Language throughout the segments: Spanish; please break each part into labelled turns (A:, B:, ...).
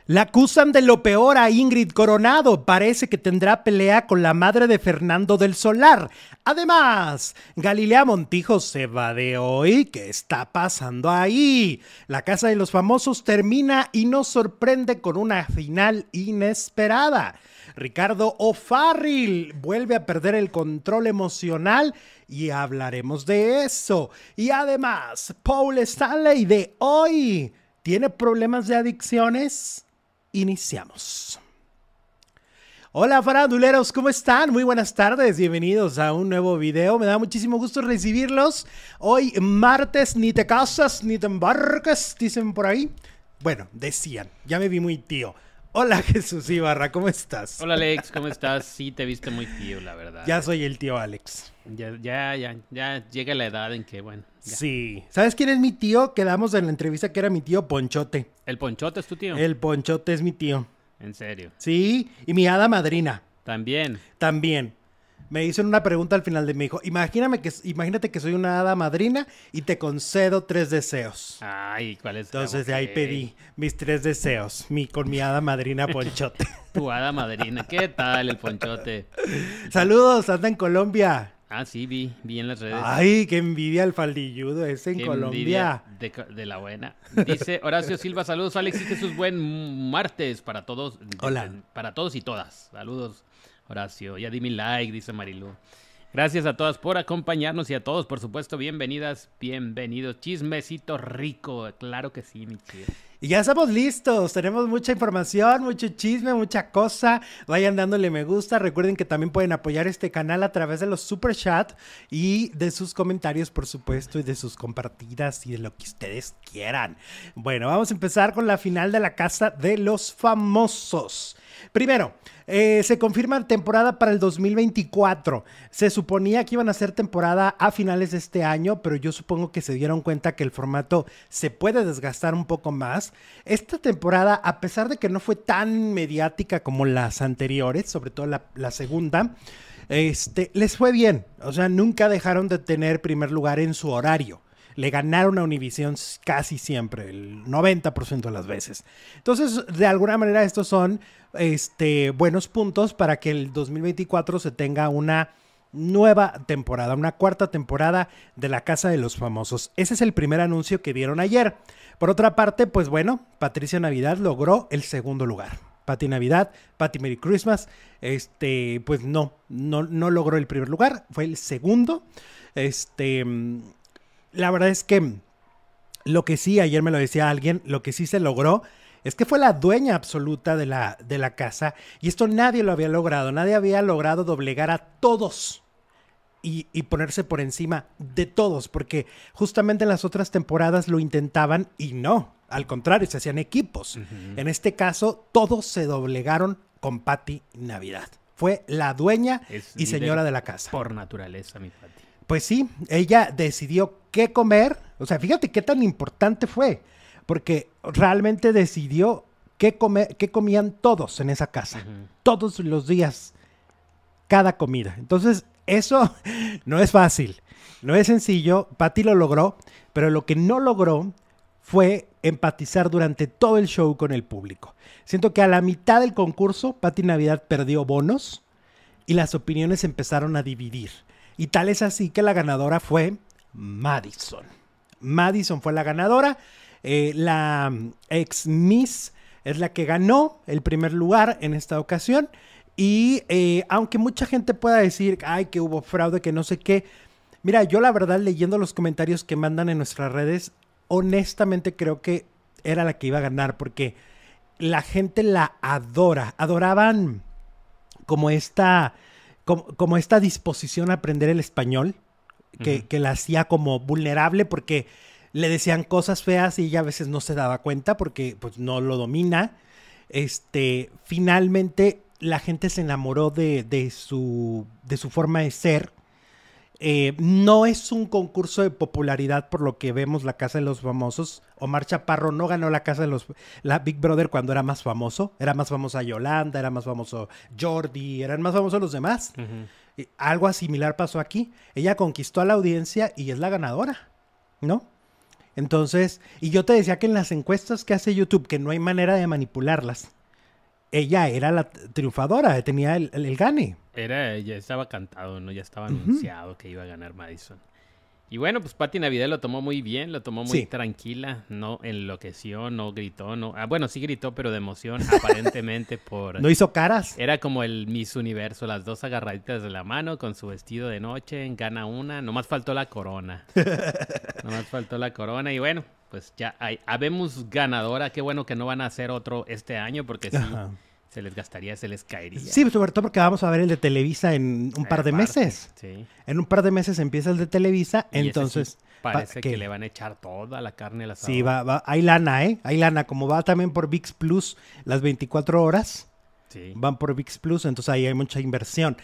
A: La acusan de lo peor a Ingrid Coronado. Parece que tendrá pelea con la madre de Fernando del Solar. Además, Galilea Montijo se va de hoy. ¿Qué está pasando ahí? La Casa de los Famosos termina y nos sorprende con una final inesperada. Ricardo O'Farrill vuelve a perder el control emocional y hablaremos de eso. Y además, Paul Stanley de hoy tiene problemas de adicciones. Iniciamos. Hola faranduleros, ¿cómo están? Muy buenas tardes, bienvenidos a un nuevo video. Me da muchísimo gusto recibirlos. Hoy martes, ni te casas ni te embarcas, dicen por ahí. Bueno, decían, ya me vi muy tío. Hola Jesús Ibarra, ¿cómo estás?
B: Hola Alex, ¿cómo estás? Sí, te viste muy tío, la verdad.
A: Ya soy el tío Alex.
B: Ya llega la edad en que, bueno. Ya.
A: Sí. ¿Sabes quién es mi tío? Quedamos en la entrevista que era mi tío Ponchote.
B: ¿El Ponchote es tu tío?
A: El Ponchote es mi tío.
B: ¿En serio?
A: Sí, y mi hada madrina.
B: También.
A: También. Me hizo una pregunta al final de mi hijo. Imagínate que soy una hada madrina y te concedo 3 deseos.
B: Ay, ¿cuál es?
A: Entonces de ahí pedí mis 3 deseos con mi hada madrina Ponchote.
B: Tu hada madrina. ¿Qué tal el Ponchote?
A: Saludos, anda en Colombia.
B: Ah, sí, vi en las redes.
A: Ay, qué envidia el faldilludo ese en Colombia.
B: De la buena. Dice Horacio Silva, saludos Alex y Jesús, buen martes para todos.
A: Hola.
B: Para todos y todas. Saludos Horacio. Ya di mi like, dice Marilu. Gracias a todas por acompañarnos y a todos, por supuesto, bienvenidas, bienvenidos. Chismecito rico, claro que sí, mi chido.
A: Y ya estamos listos, tenemos mucha información, mucho chisme, mucha cosa. Vayan dándole me gusta. Recuerden que también pueden apoyar este canal a través de los super chat y de sus comentarios, por supuesto, y de sus compartidas y de lo que ustedes quieran. Bueno, vamos a empezar con la final de la Casa de los Famosos. Primero, se confirma temporada para el 2024. Se suponía que iban a ser temporada a finales de este año, pero yo supongo que se dieron cuenta que el formato se puede desgastar un poco más. Esta temporada, a pesar de que no fue tan mediática como las anteriores, sobre todo la segunda, les fue bien. O sea, nunca dejaron de tener primer lugar en su horario. Le ganaron a Univision casi siempre, el 90% de las veces. Entonces, de alguna manera, estos son buenos puntos para que el 2024 se tenga una nueva temporada, una cuarta temporada de La Casa de los Famosos. Ese es el primer anuncio que dieron ayer. Por otra parte, pues bueno, Patricia Navidad logró el segundo lugar. Pati Navidad, Pati Merry Christmas, pues no logró el primer lugar, fue el segundo. La verdad es que lo que sí, ayer me lo decía alguien, lo que sí se logró es que fue la dueña absoluta de la casa y esto nadie lo había logrado, nadie había logrado doblegar a todos y ponerse por encima de todos, porque justamente en las otras temporadas lo intentaban y no, al contrario, se hacían equipos. En este caso, todos se doblegaron con Pati Navidad. Fue la dueña y señora de la casa.
B: Por naturaleza, mi Pati.
A: Pues sí, ella decidió qué comer. O sea, fíjate qué tan importante fue. Porque realmente decidió qué comían todos en esa casa. Todos los días. Cada comida. Entonces, eso no es fácil. No es sencillo. Pati lo logró. Pero lo que no logró fue empatizar durante todo el show con el público. Siento que a la mitad del concurso, Pati Navidad perdió bonos. Y las opiniones empezaron a dividir. Y tal es así que la ganadora fue Madison. Madison fue la ganadora. La ex Miss es la que ganó el primer lugar en esta ocasión. Y aunque mucha gente pueda decir, ay, que hubo fraude, que no sé qué. Mira, yo la verdad, leyendo los comentarios que mandan en nuestras redes, honestamente creo que era la que iba a ganar. Porque la gente la adora. Adoraban como esta disposición a aprender el español, que la hacía como vulnerable porque le decían cosas feas y ella a veces no se daba cuenta porque pues no lo domina. Finalmente la gente se enamoró de su forma de ser. No es un concurso de popularidad por lo que vemos La Casa de los Famosos. Omar Chaparro no ganó la Big Brother cuando era más famoso. Era más famosa Yolanda, era más famoso Jordi, eran más famosos los demás. Algo similar pasó aquí. Ella conquistó a la audiencia y es la ganadora, ¿no? Entonces, y yo te decía que en las encuestas que hace YouTube, que no hay manera de manipularlas, ella era la triunfadora, tenía el gane.
B: Ya estaba cantado, ¿no? Ya estaba anunciado que iba a ganar Madison. Y bueno, pues Pati Navidad lo tomó muy bien, lo tomó muy tranquila, no enloqueció, no gritó, no... bueno, sí gritó, pero de emoción, aparentemente por...
A: No hizo caras.
B: Era como el Miss Universo, las dos agarraditas de la mano con su vestido de noche, gana una, nomás faltó la corona. Y bueno, pues ya habemos ganadora, qué bueno que no van a hacer otro este año, porque sí... Ajá. Se les gastaría, se les caería.
A: Sí, sobre todo porque vamos a ver el de Televisa en un par de meses.
B: Sí.
A: En un par de meses empieza el de Televisa,
B: y
A: entonces...
B: Sí parece que le van a echar toda la carne al asador.
A: Sí, hay lana, ¿eh? Hay lana. Como va también por ViX Plus las 24 horas, van por ViX Plus, entonces ahí hay mucha inversión.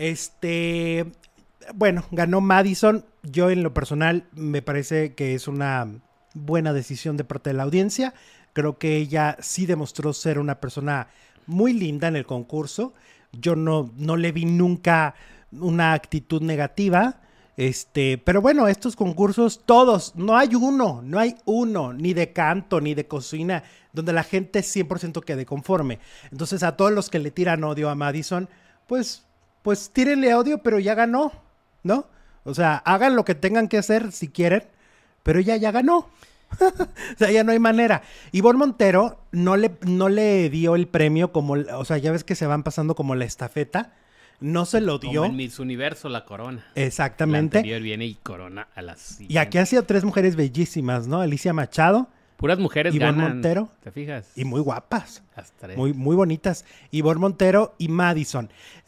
A: Bueno, ganó Madison. Yo en lo personal me parece que es una buena decisión de parte de la audiencia. Creo que ella sí demostró ser una persona muy linda en el concurso. Yo no le vi nunca una actitud negativa. Pero bueno, estos concursos, todos, no hay uno, ni de canto, ni de cocina, donde la gente 100% quede conforme. Entonces, a todos los que le tiran odio a Madison, pues tírenle odio, pero ya ganó, ¿no? O sea, hagan lo que tengan que hacer si quieren, pero ella ya ganó. O sea, ya no hay manera. Ivonne Montero no le dio el premio como, o sea, ya ves que se van pasando como la estafeta. No se lo dio.
B: Como en Miss Universo, la corona.
A: Exactamente.
B: La anterior viene y corona a las siguientes.
A: Y aquí ha sido 3 mujeres bellísimas, ¿no? Alicia Machado.
B: Puras mujeres
A: Ivonne
B: ganan.
A: Montero.
B: ¿Te fijas?
A: Y muy guapas.
B: Las 3.
A: Muy bonitas. Ivonne Montero y Madison.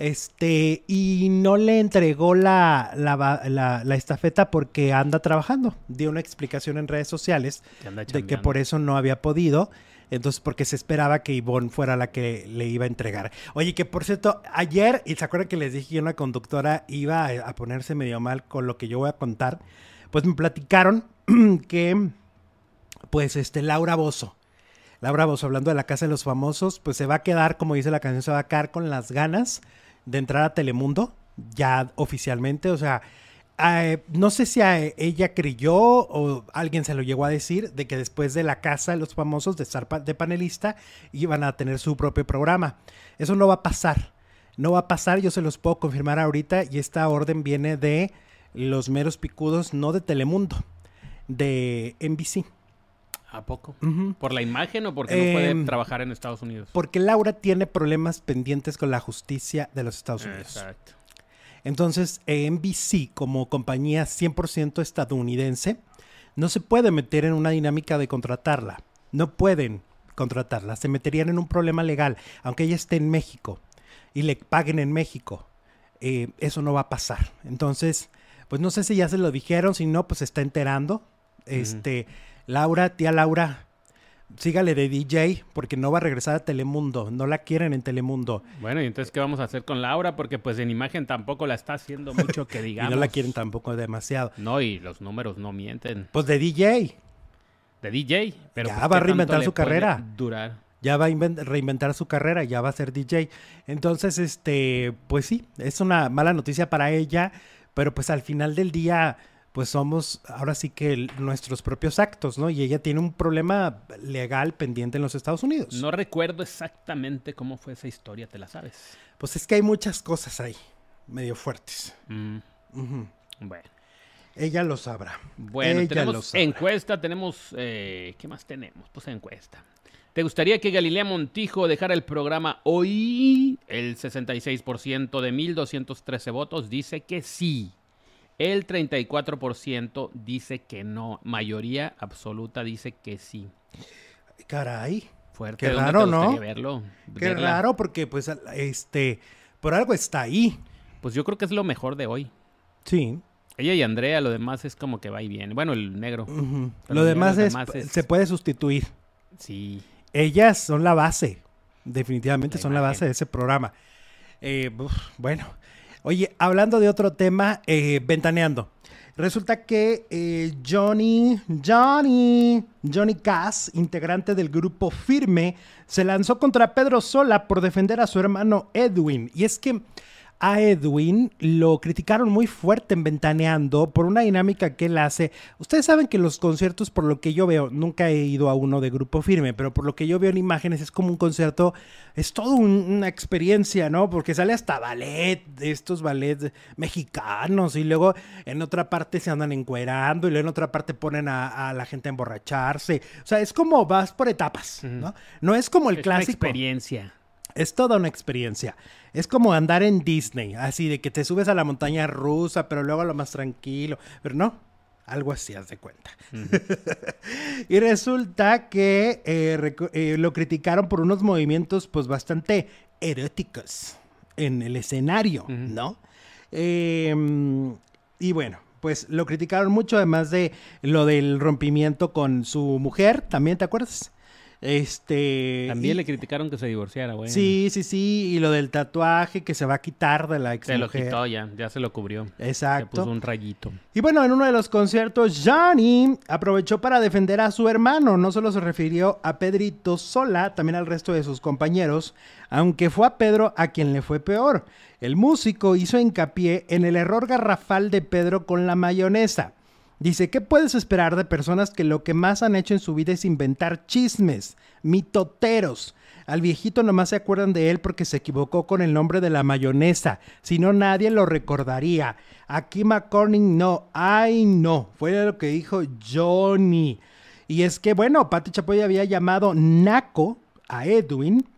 A: Y no le entregó la estafeta porque anda trabajando. Dio una explicación en redes sociales de que por eso no había podido. Entonces, porque se esperaba que Ivonne fuera la que le iba a entregar. Oye, que por cierto, ayer, y se acuerdan que les dije que una conductora iba a ponerse medio mal con lo que yo voy a contar, pues me platicaron que, pues, Laura Bozzo, hablando de la Casa de los Famosos, pues se va a quedar, como dice la canción, se va a quedar con las ganas de entrar a Telemundo, ya oficialmente, o sea... no sé si ella creyó o alguien se lo llegó a decir de que después de la Casa de los Famosos de estar de panelista iban a tener su propio programa. Eso no va a pasar. No va a pasar, yo se los puedo confirmar ahorita y esta orden viene de los meros picudos, no de Telemundo, de NBC.
B: ¿A poco? ¿Por la imagen o porque no puede trabajar en Estados Unidos?
A: Porque Laura tiene problemas pendientes con la justicia de los Estados Unidos.
B: Exacto.
A: Entonces, NBC, como compañía 100% estadounidense, no se puede meter en una dinámica de contratarla. No pueden contratarla. Se meterían en un problema legal, aunque ella esté en México y le paguen en México. Eso no va a pasar. Entonces, pues no sé si ya se lo dijeron, si no, pues se está enterando. Tía Laura, sígale de DJ porque no va a regresar a Telemundo. No la quieren en Telemundo.
B: Bueno, y entonces, ¿qué vamos a hacer con Laura? Porque pues en imagen tampoco la está haciendo mucho que digamos.
A: Y no la quieren tampoco demasiado.
B: No, y los números no mienten.
A: Pues de DJ.
B: De DJ. Pero
A: ya va a reinventar su carrera.
B: Durar.
A: Ya va a reinventar su carrera, ya va a ser DJ. Entonces, pues sí, es una mala noticia para ella, pero pues al final del día... pues somos ahora sí que nuestros propios actos, ¿no? Y ella tiene un problema legal pendiente en los Estados Unidos.
B: No recuerdo exactamente cómo fue esa historia, ¿te la sabes?
A: Pues es que hay muchas cosas ahí, medio fuertes.
B: Bueno.
A: Ella lo sabrá.
B: Bueno, ella tenemos encuesta, tenemos... ¿qué más tenemos? Pues encuesta. ¿Te gustaría que Galilea Montijo dejara el programa hoy? El 66% de 1,213 votos dice que sí. El 34% dice que no. Mayoría absoluta dice que sí.
A: Caray.
B: Fuerte.
A: Qué raro, ¿no?
B: Verlo,
A: Qué raro porque pues por algo está ahí.
B: Pues yo creo que es lo mejor de hoy.
A: Sí.
B: Ella y Andrea, lo demás es como que va y viene. Bueno, el negro.
A: Lo demás se puede sustituir.
B: Sí.
A: Ellas son la base. Definitivamente son la base de ese programa. Bueno. Oye, hablando de otro tema, Ventaneando. Resulta que Johnny Cass, integrante del grupo Firme, se lanzó contra Pedro Sola por defender a su hermano Edwin. Y es que A Edwin lo criticaron muy fuerte en Ventaneando por una dinámica que él hace. Ustedes saben que los conciertos, por lo que yo veo, nunca he ido a uno de Grupo Firme, pero por lo que yo veo en imágenes es como un concierto, es toda una experiencia, ¿no? Porque sale hasta ballet, de estos ballets mexicanos, y luego en otra parte se andan encuerando, y luego en otra parte ponen a la gente a emborracharse. O sea, es como vas por etapas, ¿no? No es como el clásico.
B: Es una experiencia.
A: Es toda una experiencia. Es como andar en Disney, así de que te subes a la montaña rusa, pero luego a lo más tranquilo. Pero no, algo así, haz de cuenta. Y resulta que lo criticaron por unos movimientos pues bastante eróticos en el escenario, ¿no? Y bueno, pues lo criticaron mucho, además de lo del rompimiento con su mujer, ¿también te acuerdas?
B: También le criticaron que se divorciara, güey.
A: Sí, y lo del tatuaje que se va a quitar de la ex mujer.
B: Se lo quitó ya se lo cubrió.
A: Exacto.
B: Se puso un rayito.
A: Y bueno, en uno de los conciertos, Johnny aprovechó para defender a su hermano. No solo se refirió a Pedrito Sola, también al resto de sus compañeros, aunque fue a Pedro a quien le fue peor. El músico hizo hincapié en el error garrafal de Pedro con la mayonesa. Dice, ¿qué puedes esperar de personas que lo que más han hecho en su vida es inventar chismes, mitoteros? Al viejito nomás se acuerdan de él porque se equivocó con el nombre de la mayonesa. Si no, nadie lo recordaría. Aquí McCormick no. ¡Ay, no! Fue lo que dijo Johnny. Y es que, bueno, Pati Chapoy había llamado naco a Edwin.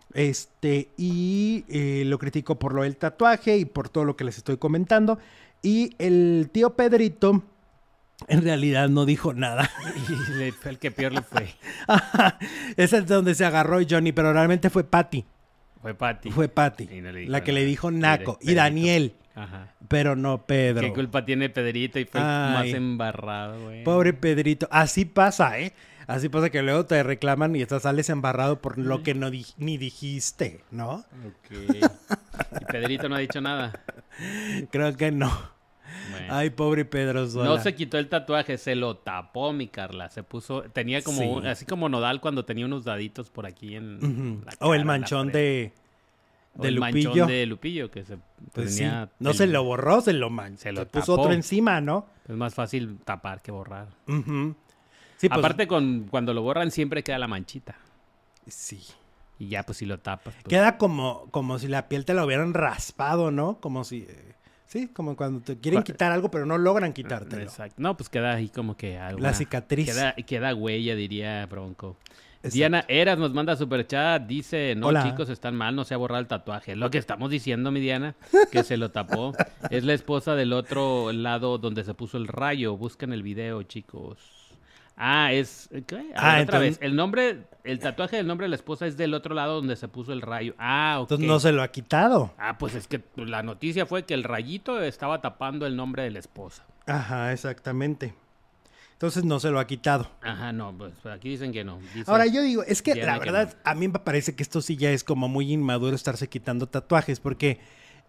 A: Y lo criticó por lo del tatuaje y por todo lo que les estoy comentando. Y el tío Pedrito en realidad no dijo nada.
B: Y fue el que peor le fue.
A: Esa es donde se agarró Johnny, pero realmente fue Pati.
B: Fue Pati.
A: No la que le dijo naco. Y Daniel.
B: Ajá.
A: Pero no Pedro.
B: ¿Qué culpa tiene Pedrito? Y fue más embarrado, güey.
A: Pobre Pedrito. Así pasa, ¿eh? Así pasa que luego te reclaman y sales embarrado por lo que no ni dijiste, ¿no?
B: Ok. ¿Y Pedrito no ha dicho nada?
A: Creo que no. Bueno. Ay, pobre Pedro Sola.
B: No se quitó el tatuaje, se lo tapó, mi Carla. Se puso, tenía como, así como Nodal cuando tenía unos daditos por aquí en la cara,
A: o el manchón de
B: el
A: Lupillo.
B: Manchón de Lupillo, que se
A: pues tenía... Sí. No se lo borró, se lo manchó. Se lo puso otro encima, ¿no?
B: Es más fácil tapar que borrar.
A: Sí, pues...
B: Aparte, cuando lo borran siempre queda la manchita.
A: Sí.
B: Y ya, pues, si lo tapas. Pues...
A: Queda como si la piel te la hubieran raspado, ¿no? Como si... Sí, como cuando te quieren quitar algo, pero no logran quitártelo.
B: Exacto. No, pues queda ahí como que algo.
A: La cicatriz.
B: Queda huella, diría Bronco. Exacto. Diana Eras nos manda superchat, dice, no, hola, chicos, están mal, no se ha borrado el tatuaje. Lo que estamos diciendo, mi Diana, que se lo tapó. Es la esposa del otro lado donde se puso el rayo. Busquen el video, chicos. Es... ¿qué? Otra vez. El tatuaje del nombre de la esposa es del otro lado donde se puso el rayo. Ok.
A: Entonces no se lo ha quitado.
B: Pues es que la noticia fue que el rayito estaba tapando el nombre de la esposa.
A: Ajá, exactamente. Entonces no se lo ha quitado.
B: Ajá, no, pues aquí dicen que no.
A: Ahora yo digo, es que la verdad, a mí me parece que esto sí ya es como muy inmaduro estarse quitando tatuajes, porque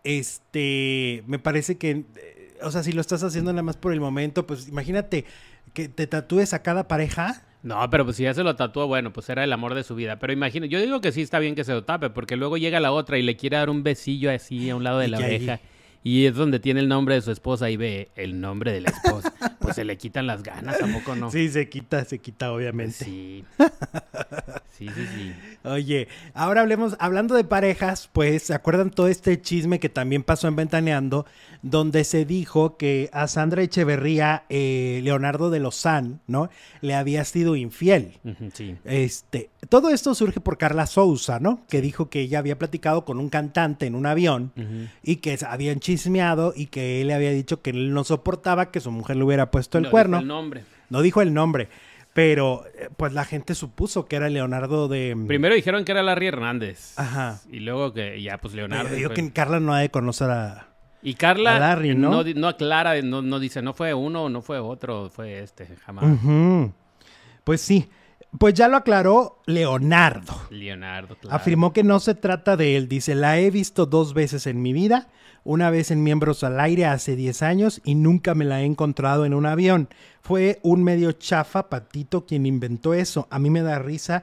A: me parece que, o sea, si lo estás haciendo nada más por el momento, pues imagínate que te tatúes a cada pareja.
B: No, pero pues si ya se lo tatuó, bueno, pues era el amor de su vida. Pero imagino, yo digo que sí está bien que se lo tape, porque luego llega la otra y le quiere dar un besillo así a un lado de la oreja. Y es donde tiene el nombre de su esposa y ve el nombre de la esposa. Pues se le quitan las ganas, ¿tampoco no?
A: Sí, se quita, obviamente.
B: Sí. Sí.
A: Oye, ahora hablando de parejas, pues, ¿se acuerdan todo este chisme que también pasó en Ventaneando? Donde se dijo que a Sandra Echeverría, Leonardo de Lozán, ¿no? Le había sido infiel.
B: Sí.
A: Todo esto surge por Carla Sousa, ¿no? Que dijo que ella había platicado con un cantante en un avión y que habían chismeado y que él le había dicho que él no soportaba que su mujer le hubiera puesto el cuerno.
B: Dijo el nombre.
A: No dijo el nombre, pero pues la gente supuso que era Leonardo de...
B: Primero dijeron que era Larry Hernández.
A: Ajá.
B: Y luego que ya pues Leonardo...
A: Digo que Carla no ha de conocer
B: y Carla
A: a Larry, ¿no?
B: No aclara, no dice, no fue uno, no fue otro, fue jamás.
A: Pues sí. Pues ya lo aclaró Leonardo,
B: claro.
A: Afirmó que no se trata de él. Dice, la he visto 2 veces en mi vida. Una vez en Miembros al Aire hace 10 años y nunca me la he encontrado en un avión. Fue un medio chafa, Patito, quien inventó eso. A mí me da risa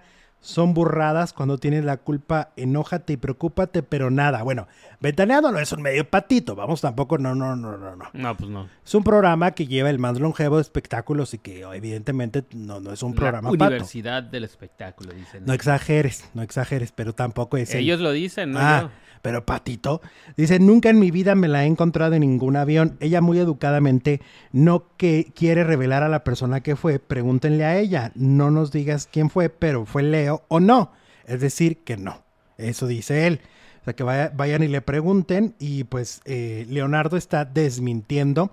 A: son burradas. Cuando tienes la culpa, enójate y preocúpate, pero nada. Bueno, Ventaneando no es un medio patito, vamos, tampoco, no.
B: No, pues no.
A: Es un programa que lleva el más longevo de espectáculos y que evidentemente no es un programa
B: La
A: pato.
B: Universidad del Espectáculo, dicen.
A: No exageres, pero tampoco es
B: Ellos lo dicen, ¿no?
A: Ah,
B: Yo.
A: pero Patito dice, nunca en mi vida me la he encontrado en ningún avión. Ella muy educadamente no que quiere revelar a la persona que fue. Pregúntenle a ella. No nos digas quién fue, pero fue Leo o no. Es decir, que no. Eso dice él. O sea, que vayan y le pregunten. Y pues Leonardo está desmintiendo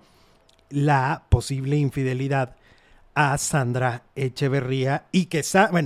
A: la posible infidelidad a Sandra Echeverría y que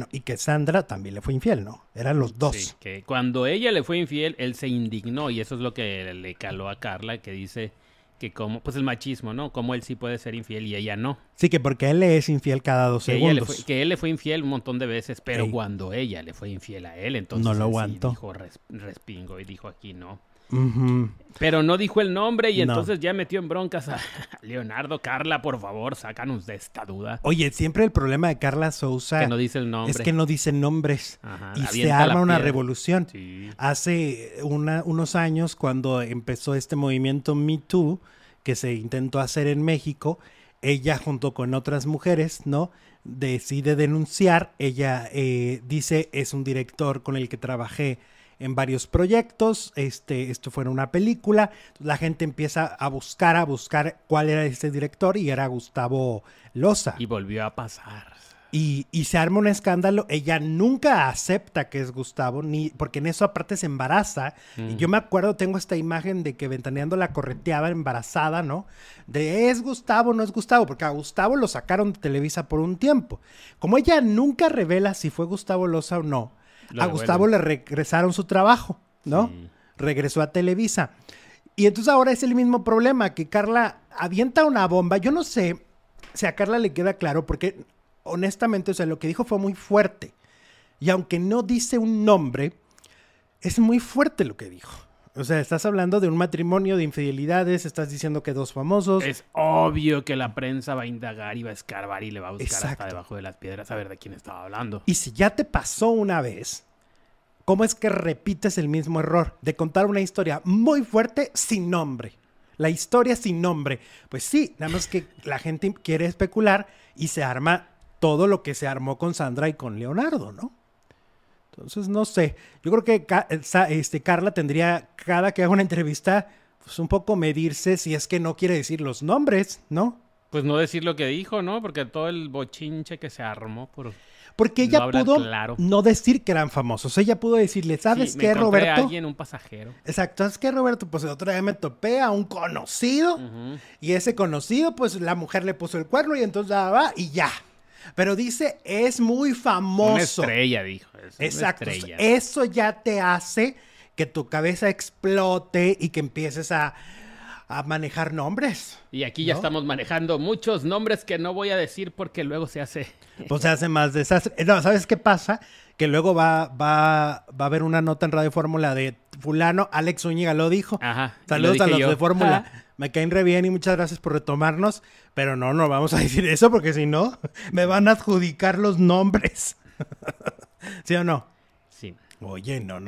A: Sandra también le fue infiel, ¿no? Eran los dos.
B: Sí, que cuando ella le fue infiel, él se indignó y eso es lo que le caló a Carla, que dice que como, pues el machismo, ¿no? Como él sí puede ser infiel y ella no.
A: Sí, que porque él le es infiel cada 2 segundos.
B: Que él le fue infiel un montón de veces, pero
A: Ey.
B: cuando ella le fue infiel a él, entonces
A: No lo
B: él sí
A: aguantó.
B: dijo respingo y dijo aquí no.
A: Ujú.
B: Pero no dijo el nombre y
A: No.
B: entonces ya metió en broncas a Leonardo. Carla, por favor, sácanos de esta duda.
A: Oye, siempre el problema de Carla Sousa
B: Que no dice el nombre.
A: es que no dice nombres.
B: Ajá,
A: Y se
B: avienta
A: arma
B: la
A: una
B: piedra.
A: revolución.
B: Sí.
A: Hace unos años, cuando empezó este movimiento Me Too, que se intentó hacer en México, ella junto con otras mujeres, ¿no? Decide denunciar. Ella dice, es un director con el que trabajé en varios proyectos, esto fue una película, la gente empieza a buscar cuál era este director y era Gustavo Loza.
B: Y volvió a pasar.
A: Y se arma un escándalo. Ella nunca acepta que es Gustavo, ni porque en eso aparte se embaraza. Y yo me acuerdo, tengo esta imagen de que Ventaneando la correteaba embarazada, ¿no? De es Gustavo, no es Gustavo, porque a Gustavo lo sacaron de Televisa por un tiempo. Como ella nunca revela si fue Gustavo Loza o no, a Gustavo le regresaron su trabajo, ¿no?
B: Sí.
A: Regresó a Televisa. Y entonces ahora es el mismo problema, que Carla avienta una bomba. Yo no sé si a Carla le queda claro, porque honestamente, o sea, lo que dijo fue muy fuerte. Y aunque no dice un nombre, es muy fuerte lo que dijo. O sea, estás hablando de un matrimonio, de infidelidades, estás diciendo que 2 famosos.
B: Es obvio que la prensa va a indagar y va a escarbar y le va a buscar
A: Exacto.
B: hasta debajo de las piedras a ver de quién estaba hablando.
A: Y si ya te pasó una vez, ¿cómo es que repites el mismo error de contar una historia muy fuerte sin nombre? La historia sin nombre. Pues sí, nada más que la gente quiere especular y se arma todo lo que se armó con Sandra y con Leonardo, ¿no? Entonces, no sé. Yo creo que Carla tendría, cada que haga una entrevista, pues un poco medirse si es que no quiere decir los nombres, ¿no?
B: Pues no decir lo que dijo, ¿no? Porque todo el bochinche que se armó por...
A: Porque ella
B: No hablar
A: pudo
B: claro.
A: no decir que eran famosos. Ella pudo decirle, ¿sabes
B: Sí,
A: qué,
B: me encontré
A: Roberto?
B: a alguien, un pasajero.
A: Exacto, ¿sabes qué, Roberto? Pues el otro día me topé a un conocido
B: Ujú.
A: y ese conocido, pues la mujer le puso el cuerno y entonces ya va y ya. Pero dice, es muy famoso.
B: Una estrella, dijo. Es una
A: Exacto.
B: estrella.
A: Eso ya te hace que tu cabeza explote y que empieces a manejar nombres.
B: Y aquí ya
A: ¿no?
B: estamos manejando muchos nombres que no voy a decir porque luego se hace...
A: Pues se hace más desastre. No, ¿sabes qué pasa? Que luego va a haber una nota en Radio Fórmula de fulano, Alex Zúñiga lo dijo.
B: Ajá.
A: Saludos
B: lo
A: a
B: dije
A: los
B: yo.
A: de Fórmula.
B: Ah.
A: Me caen re bien y muchas gracias por retomarnos. Pero no vamos a decir eso porque si no, me van a adjudicar los nombres. ¿Sí o no?
B: Sí.
A: Oye, no.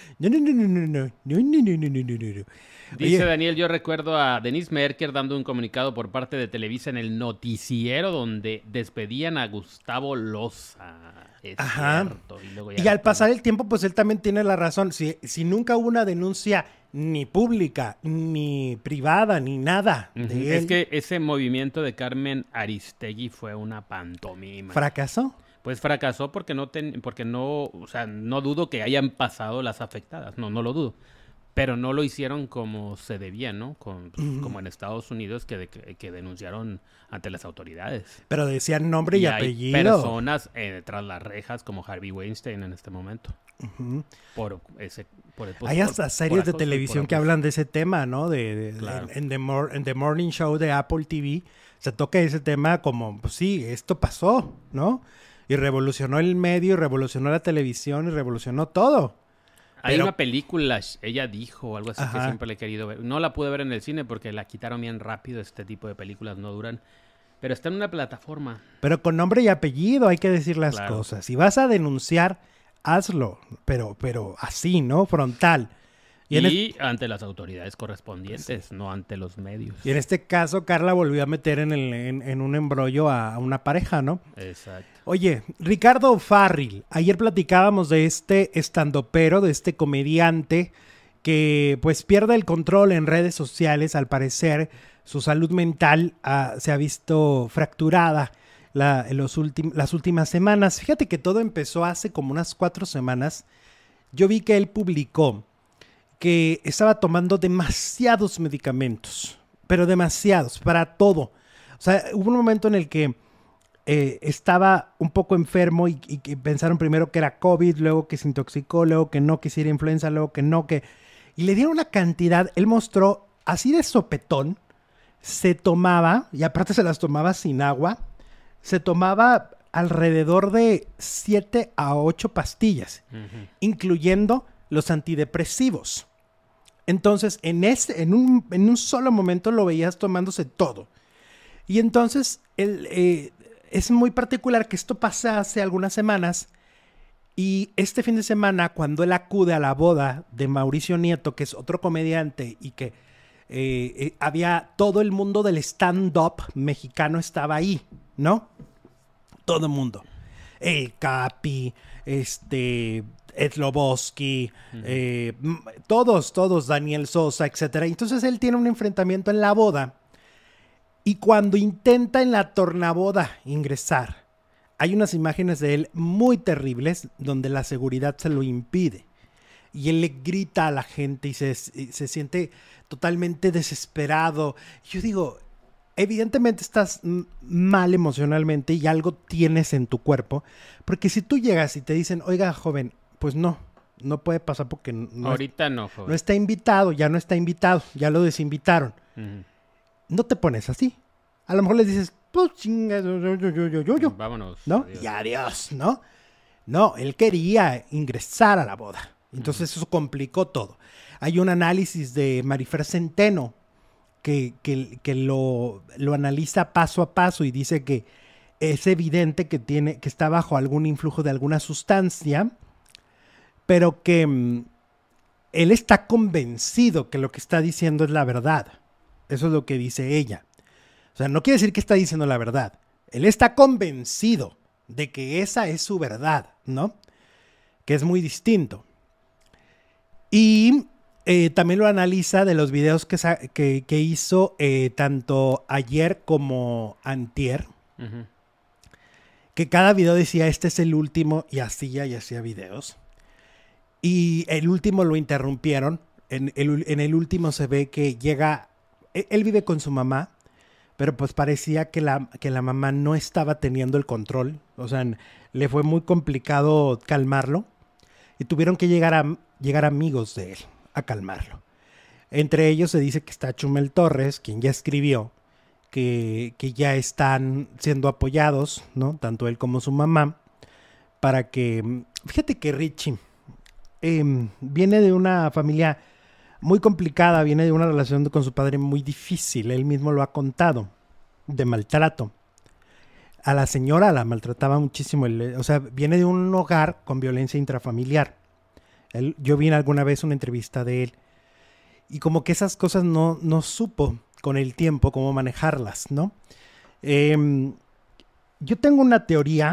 B: Dice
A: Oye,
B: Daniel, yo recuerdo a Denise Merker dando un comunicado por parte de Televisa en el noticiero donde despedían a Gustavo Loza. Es
A: Ajá.
B: cierto. Y, luego
A: y al pasar el tiempo, pues él también tiene la razón. Si nunca hubo una denuncia ni pública, ni privada, ni nada
B: Ujú.
A: de él,
B: Es que ese movimiento de Carmen Aristegui fue una pantomima.
A: ¿fracasó?
B: Pues fracasó porque no, o sea, no dudo que hayan pasado las afectadas, no lo dudo. Pero no lo hicieron como se debía, ¿no? Como en Estados Unidos que denunciaron ante las autoridades.
A: Pero decían nombre y
B: hay
A: apellido.
B: personas tras las rejas como Harvey Weinstein en este momento.
A: Ujú.
B: Pues,
A: Hay hasta series de televisión que hablan de ese tema, ¿no?
B: Claro.
A: En The Morning Show de Apple TV se toca ese tema como, pues sí, esto pasó, ¿no? Y revolucionó el medio, y revolucionó la televisión, y revolucionó todo.
B: Hay
A: Pero-
B: una película, ella dijo, algo así que
A: Ajá.
B: siempre le he querido ver. No la pude ver en el cine porque la quitaron bien rápido. Este tipo de películas no duran. Pero está en una plataforma.
A: Pero con nombre y apellido hay que decir las
B: Claro.
A: cosas. Si vas a denunciar hazlo, pero así, ¿no? Frontal.
B: Y ante las autoridades correspondientes, no ante los medios.
A: Y en este caso, Carla volvió a meter en un embrollo a una pareja, ¿no?
B: Exacto.
A: Oye, Ricardo Farril, ayer platicábamos de este estandopero, de este comediante que pues pierde el control en redes sociales. Al parecer, su salud mental se ha visto fracturada las últimas semanas. Fíjate que todo empezó hace como unas 4 semanas. Yo vi que él publicó que estaba tomando demasiados medicamentos, pero demasiados, para todo. O sea, hubo un momento en el que estaba un poco enfermo y que pensaron primero que era COVID, luego que se intoxicó, luego que no, que si era influenza, luego que no, que... Y le dieron una cantidad, él mostró así de sopetón, se tomaba, y aparte se las tomaba sin agua, se tomaba alrededor de 7 a 8 pastillas, incluyendo los antidepresivos. Entonces, en un solo momento lo veías tomándose todo. Y entonces, es muy particular que esto pasa hace algunas semanas. Y este fin de semana, cuando él acude a la boda de Mauricio Nieto, que es otro comediante, y que había todo el mundo del stand-up mexicano estaba ahí, ¿no? Todo el mundo. El Capi, Ed Loboski, todos, Daniel Sosa, etcétera. Entonces él tiene un enfrentamiento en la boda y cuando intenta en la tornaboda ingresar, hay unas imágenes de él muy terribles donde la seguridad se lo impide y él le grita a la gente y se siente totalmente desesperado. Yo digo, evidentemente estás mal emocionalmente y algo tienes en tu cuerpo, porque si tú llegas y te dicen, oiga, joven, pues no puede pasar porque
B: ahorita no, joven.
A: No está invitado, ya ya lo desinvitaron. No te pones así. A lo mejor les dices, pues chinga, yo.
B: Vámonos.
A: ¿No?
B: Adiós.
A: Y adiós, ¿no? No, él quería ingresar a la boda. Entonces eso complicó todo. Hay un análisis de Marifer Centeno que lo analiza paso a paso y dice que es evidente que está bajo algún influjo de alguna sustancia, pero que él está convencido que lo que está diciendo es la verdad. Eso es lo que dice ella. O sea, no quiere decir que está diciendo la verdad. Él está convencido de que esa es su verdad, ¿no? Que es muy distinto. Y también lo analiza de los videos que hizo tanto ayer como antier. Que cada video decía, este es el último, y hacía videos. Y el último lo interrumpieron. En el último se ve que llega... Él vive con su mamá, pero pues parecía que la mamá no estaba teniendo el control. O sea, le fue muy complicado calmarlo. Y tuvieron que llegar amigos de él a calmarlo. Entre ellos se dice que está Chumel Torres, quien ya escribió que ya están siendo apoyados, ¿no? Tanto él como su mamá, para que... Fíjate que Richie viene de una familia muy complicada, viene de una relación con su padre muy difícil, él mismo lo ha contado, de maltrato. A la señora la maltrataba muchísimo, o sea, viene de un hogar con violencia intrafamiliar. Yo vi alguna vez una entrevista de él y como que esas cosas no supo con el tiempo cómo manejarlas, ¿no? Yo tengo una teoría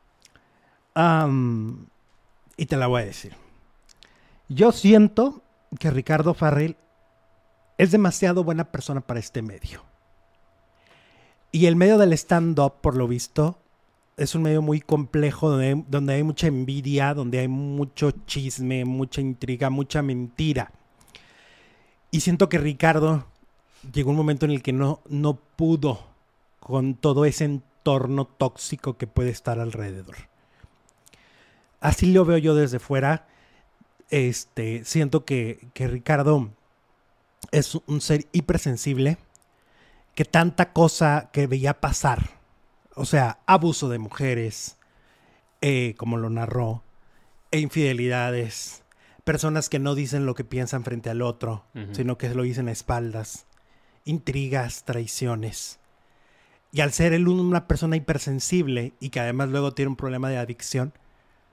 A: y te la voy a decir. Yo siento que Ricardo Farril es demasiado buena persona para este medio. Y el medio del stand-up, por lo visto, es un medio muy complejo donde hay mucha envidia, donde hay mucho chisme, mucha intriga, mucha mentira. Y siento que Ricardo llegó un momento en el que no pudo con todo ese entorno tóxico que puede estar alrededor. Así lo veo yo desde fuera. Siento que Ricardo es un ser hipersensible, que tanta cosa que veía pasar, o sea, abuso de mujeres, como lo narró, e infidelidades, personas que no dicen lo que piensan frente al otro, sino que lo dicen a espaldas, intrigas, traiciones. Y al ser él una persona hipersensible y que además luego tiene un problema de adicción,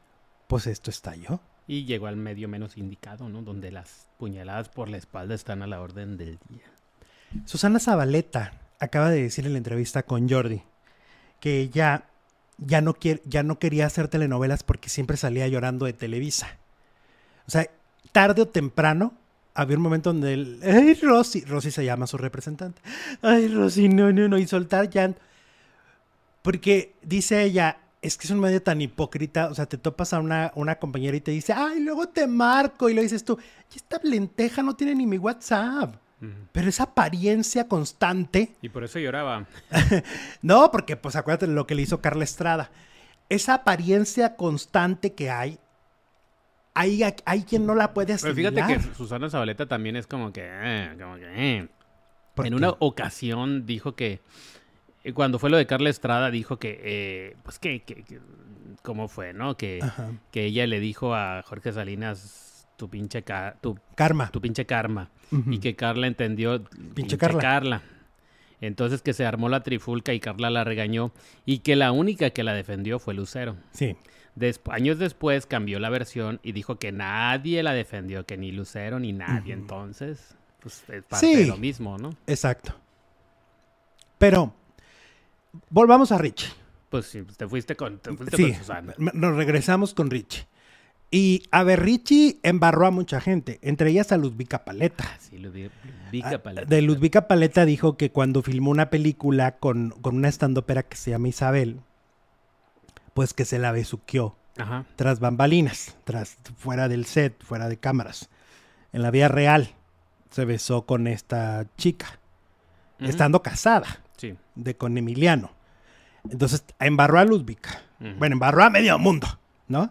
A: pues esto estalló.
B: Y llegó al medio menos indicado, ¿no? Donde las puñaladas por la espalda están a la orden del día.
A: Susana Zabaleta acaba de decir en la entrevista con Jordi que ella ya no quería hacer telenovelas porque siempre salía llorando de Televisa. O sea, tarde o temprano había un momento donde ay, Rosy se llama su representante. Ay, Rosy, no, y soltar llanto. Porque dice ella, es que es un medio tan hipócrita, o sea, te topas a una compañera y te dice, ay, luego te marco, y lo dices tú, y esta lenteja no tiene ni mi WhatsApp. Pero esa apariencia constante.
B: Y por eso lloraba.
A: No, porque pues acuérdate de lo que le hizo Carla Estrada. Esa apariencia constante que hay quien no la puede asimilar.
B: Pero fíjate que Susana Zabaleta también es como que... En una ocasión dijo que... Cuando fue lo de Carla Estrada, dijo que... pues que ¿cómo fue, no? Que ella le dijo a Jorge Salinas, tu pinche karma. Tu pinche karma. Uh-huh. Y que Carla entendió... Pinche Carla. Entonces que se armó la trifulca y Carla la regañó. Y que la única que la defendió fue Lucero.
A: Sí.
B: Años después cambió la versión y dijo que nadie la defendió, que ni Lucero ni nadie. Uh-huh. Entonces, pues es parte de lo mismo, ¿no?
A: Exacto. Pero, volvamos a Richie.
B: Pues sí, te fuiste con Susana.
A: Nos regresamos con Richie. Y, a ver, Richie embarró a mucha gente, entre ellas a Ludvika Paleta.
B: Sí, Ludvika Paleta.
A: De Ludvika Paleta dijo que cuando filmó una película con una estandopera que se llama Isabel, pues que se la besuqueó tras bambalinas, fuera del set, fuera de cámaras. En la vida real se besó con esta chica, estando casada con Emiliano. Entonces embarró a Ludvika. Bueno, embarró a medio mundo, ¿no?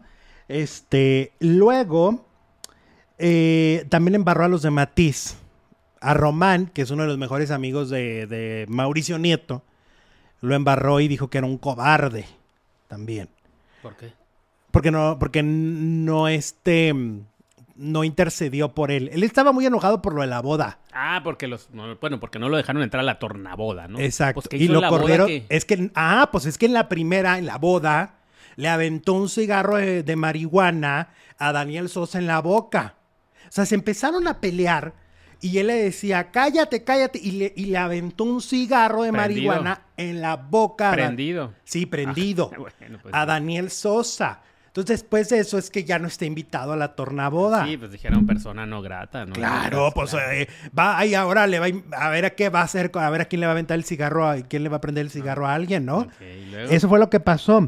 A: Luego también embarró a los de Matiz, a Román, que es uno de los mejores amigos de Mauricio Nieto, lo embarró y dijo que era un cobarde también.
B: ¿Por qué?
A: Porque no intercedió por él. Él estaba muy enojado por lo de la boda.
B: Ah, porque porque no lo dejaron entrar a la tornaboda, ¿no?
A: Exacto.
B: Pues,
A: y lo corrieron. Es que en la primera, en la boda, le aventó un cigarro de marihuana a Daniel Sosa en la boca. O sea, se empezaron a pelear y él le decía, cállate, y le aventó un cigarro de marihuana en la boca.
B: Prendido.
A: Sí, prendido.
B: Bueno, pues,
A: a Daniel Sosa. Entonces, después de eso es que ya no está invitado a la tornaboda.
B: Sí, pues dijeron persona no grata, ¿no?
A: Claro, pues va ahí ahora le va a ver a qué va a hacer, a ver a quién le va a aventar el cigarro, a quién le va a prender el cigarro a alguien, ¿no?
B: Okay, ¿luego?
A: Eso fue lo que pasó.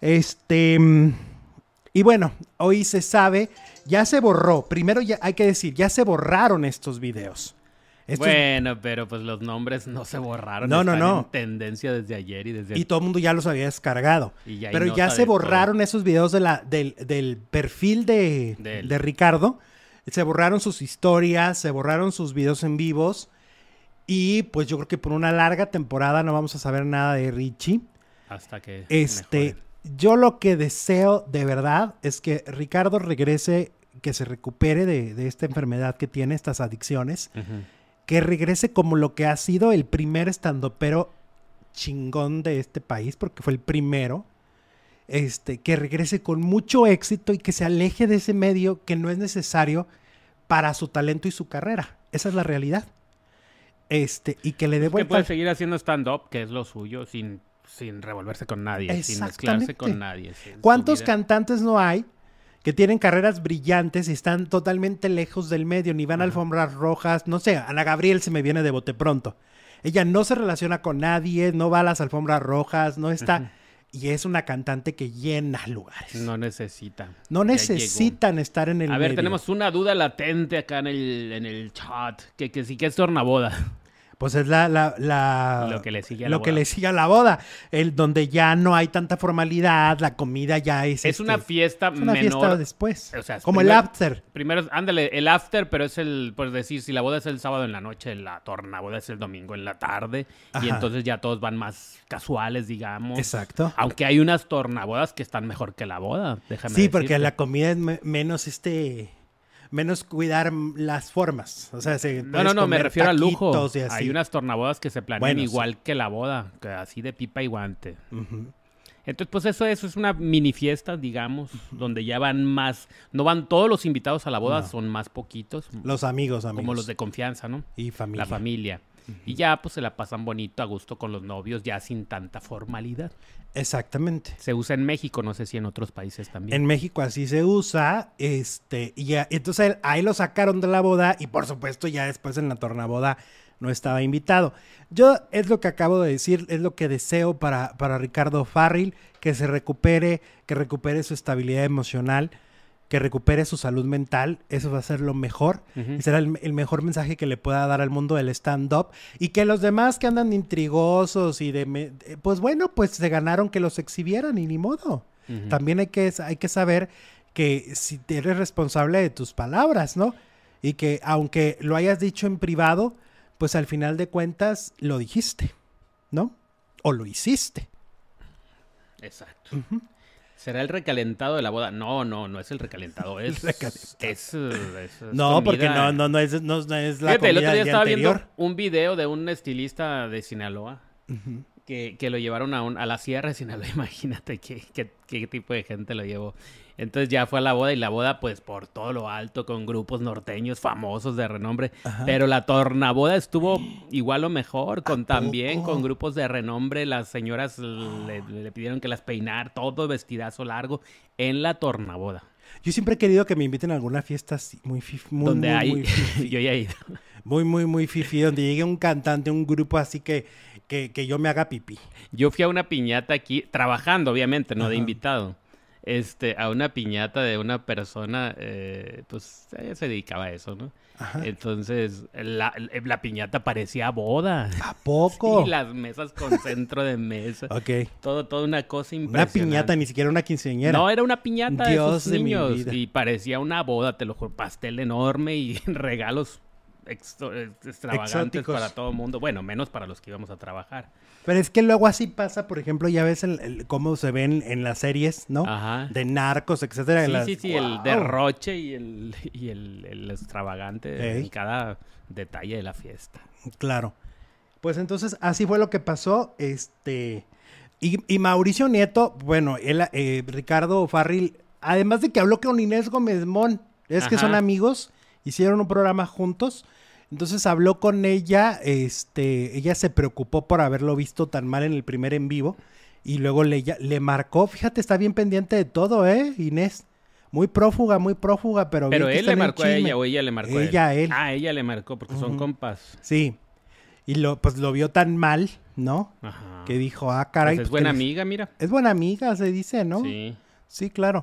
A: Y bueno, hoy se sabe, ya se borró. Primero ya hay que decir, ya se borraron estos videos.
B: Bueno, pero pues los nombres no se borraron.
A: No.
B: En tendencia desde ayer y
A: todo el mundo ya los había descargado. Pero ya se borraron esos videos del perfil de Ricardo. Se borraron sus historias, se borraron sus videos en vivos. Y pues yo creo que por una larga temporada no vamos a saber nada de Richie.
B: Hasta que
A: mejore. Yo lo que deseo de verdad es que Ricardo regrese, que se recupere de esta enfermedad que tiene, estas adicciones. Uh-huh. Que regrese como lo que ha sido el primer estandopero chingón de este país, porque fue el primero. Que regrese con mucho éxito y que se aleje de ese medio que no es necesario para su talento y su carrera. Esa es la realidad. Y que le dé vuelta.
B: Que puede seguir haciendo stand-up, que es lo suyo, sin revolverse con nadie, sin mezclarse con nadie.
A: ¿Cuántos cantantes no hay que tienen carreras brillantes y están totalmente lejos del medio, ni van a alfombras rojas? No sé, Ana Gabriel se me viene de bote pronto. Ella no se relaciona con nadie, no va a las alfombras rojas, no está... Y es una cantante que llena lugares.
B: No necesita.
A: No necesitan estar en el medio.
B: A ver, tenemos una duda latente acá en el chat, que sí que es tornaboda.
A: Pues es
B: lo que le sigue a la boda.
A: Le sigue a la boda. Donde ya no hay tanta formalidad, la comida ya es...
B: Es una fiesta menor.
A: Es una fiesta después.
B: O sea,
A: como primero, el after.
B: Primero, ándale, el after, pero es por decir, si la boda es el sábado en la noche, la tornaboda es el domingo en la tarde. Ajá. Y entonces ya todos van más casuales, digamos.
A: Exacto.
B: Aunque hay unas tornabodas que están mejor que la boda, déjame
A: Sí,
B: decirte.
A: porque la comida es menos cuidar las formas. O sea,
B: no, me refiero al lujo. Hay unas tornabodas que se planean igual que la boda, que así de pipa y guante.
A: Uh-huh.
B: Entonces, pues eso es una mini fiesta, digamos, donde ya van más, no van todos los invitados a la boda,
A: No.
B: son más poquitos.
A: Los amigos.
B: Como los de confianza, ¿no?
A: Y familia.
B: La familia. Y ya pues se la pasan bonito, a gusto con los novios, ya sin tanta formalidad.
A: Exactamente.
B: Se usa en México, no sé si en otros países también.
A: En México así se usa, y ya, entonces ahí lo sacaron de la boda y por supuesto ya después en la tornaboda no estaba invitado. Yo es lo que acabo de decir, es lo que deseo para Ricardo Farril, que se recupere, que recupere su estabilidad emocional, que recupere su salud mental, eso va a ser lo mejor, y será el mejor mensaje que le pueda dar al mundo del stand-up, y que los demás que andan intrigosos y pues bueno, pues se ganaron que los exhibieran y ni modo. También hay que saber que si eres responsable de tus palabras, ¿no? Y que aunque lo hayas dicho en privado, pues al final de cuentas lo dijiste, ¿no? O lo hiciste.
B: Exacto. ¿Será el recalentado de la boda? No es el recalentado, es...
A: No,
B: comida.
A: porque no es la
B: Fíjate, el otro
A: comida
B: día
A: del día
B: estaba
A: anterior.
B: viendo un video de un estilista de Sinaloa que lo llevaron a la sierra de Sinaloa. Imagínate qué tipo de gente lo llevó. Entonces ya fue a la boda y la boda pues por todo lo alto con grupos norteños famosos de renombre.
A: Ajá.
B: Pero la tornaboda estuvo igual o mejor, también
A: poco?
B: con grupos de renombre. Las señoras le pidieron que las peinar, todo vestidazo largo en la tornaboda.
A: Yo siempre he querido que me inviten a alguna fiesta así, muy fifi,
B: Donde hay,
A: muy fifi.
B: yo ya he ido.
A: Muy fifi, donde llegue un cantante, un grupo así que yo me haga pipí.
B: Yo fui a una piñata aquí, trabajando obviamente, no de
A: Ajá.
B: invitado. A una piñata de una persona, pues ella se dedicaba a eso, ¿no?
A: Ajá.
B: Entonces, la piñata parecía boda.
A: ¿A poco?
B: Sí, las mesas con centro de mesa.
A: Ok.
B: Toda una cosa
A: Una
B: impresionante.
A: piñata, ni siquiera una quinceañera.
B: No, era una piñata
A: Dios
B: de
A: de
B: sus
A: mi
B: niños.
A: vida.
B: Y parecía una boda, te lo juro. Pastel enorme y regalos extravagantes
A: Exóticos.
B: para todo el mundo. Bueno, menos para los que íbamos a trabajar.
A: Pero es que luego así pasa, por ejemplo, ya ves cómo se ven en las series, ¿no?
B: Ajá.
A: De narcos, etcétera.
B: Sí,
A: ¡Guau!
B: el derroche y el extravagante en cada detalle de la fiesta.
A: Claro. Pues entonces así fue lo que pasó. Y Mauricio Nieto, bueno, Ricardo Farril, además de que habló con Inés Gómez Mon, es que
B: Ajá.
A: son amigos, hicieron un programa juntos. Entonces habló con ella, ella se preocupó por haberlo visto tan mal en el primer en vivo y luego le marcó, fíjate, está bien pendiente de todo, Inés. Muy prófuga, pero bien que
B: Pero él
A: está
B: le
A: en el
B: marcó a
A: chisme.
B: ella o ella le marcó
A: Ella,
B: a él.
A: él.
B: Ah, ella le marcó porque son compas.
A: Sí. Y pues lo vio tan mal, ¿no?
B: Ajá.
A: Que dijo, caray.
B: Pues es
A: pues,
B: buena amiga, mira.
A: Es buena amiga, se dice, ¿no?
B: Sí.
A: Sí, claro.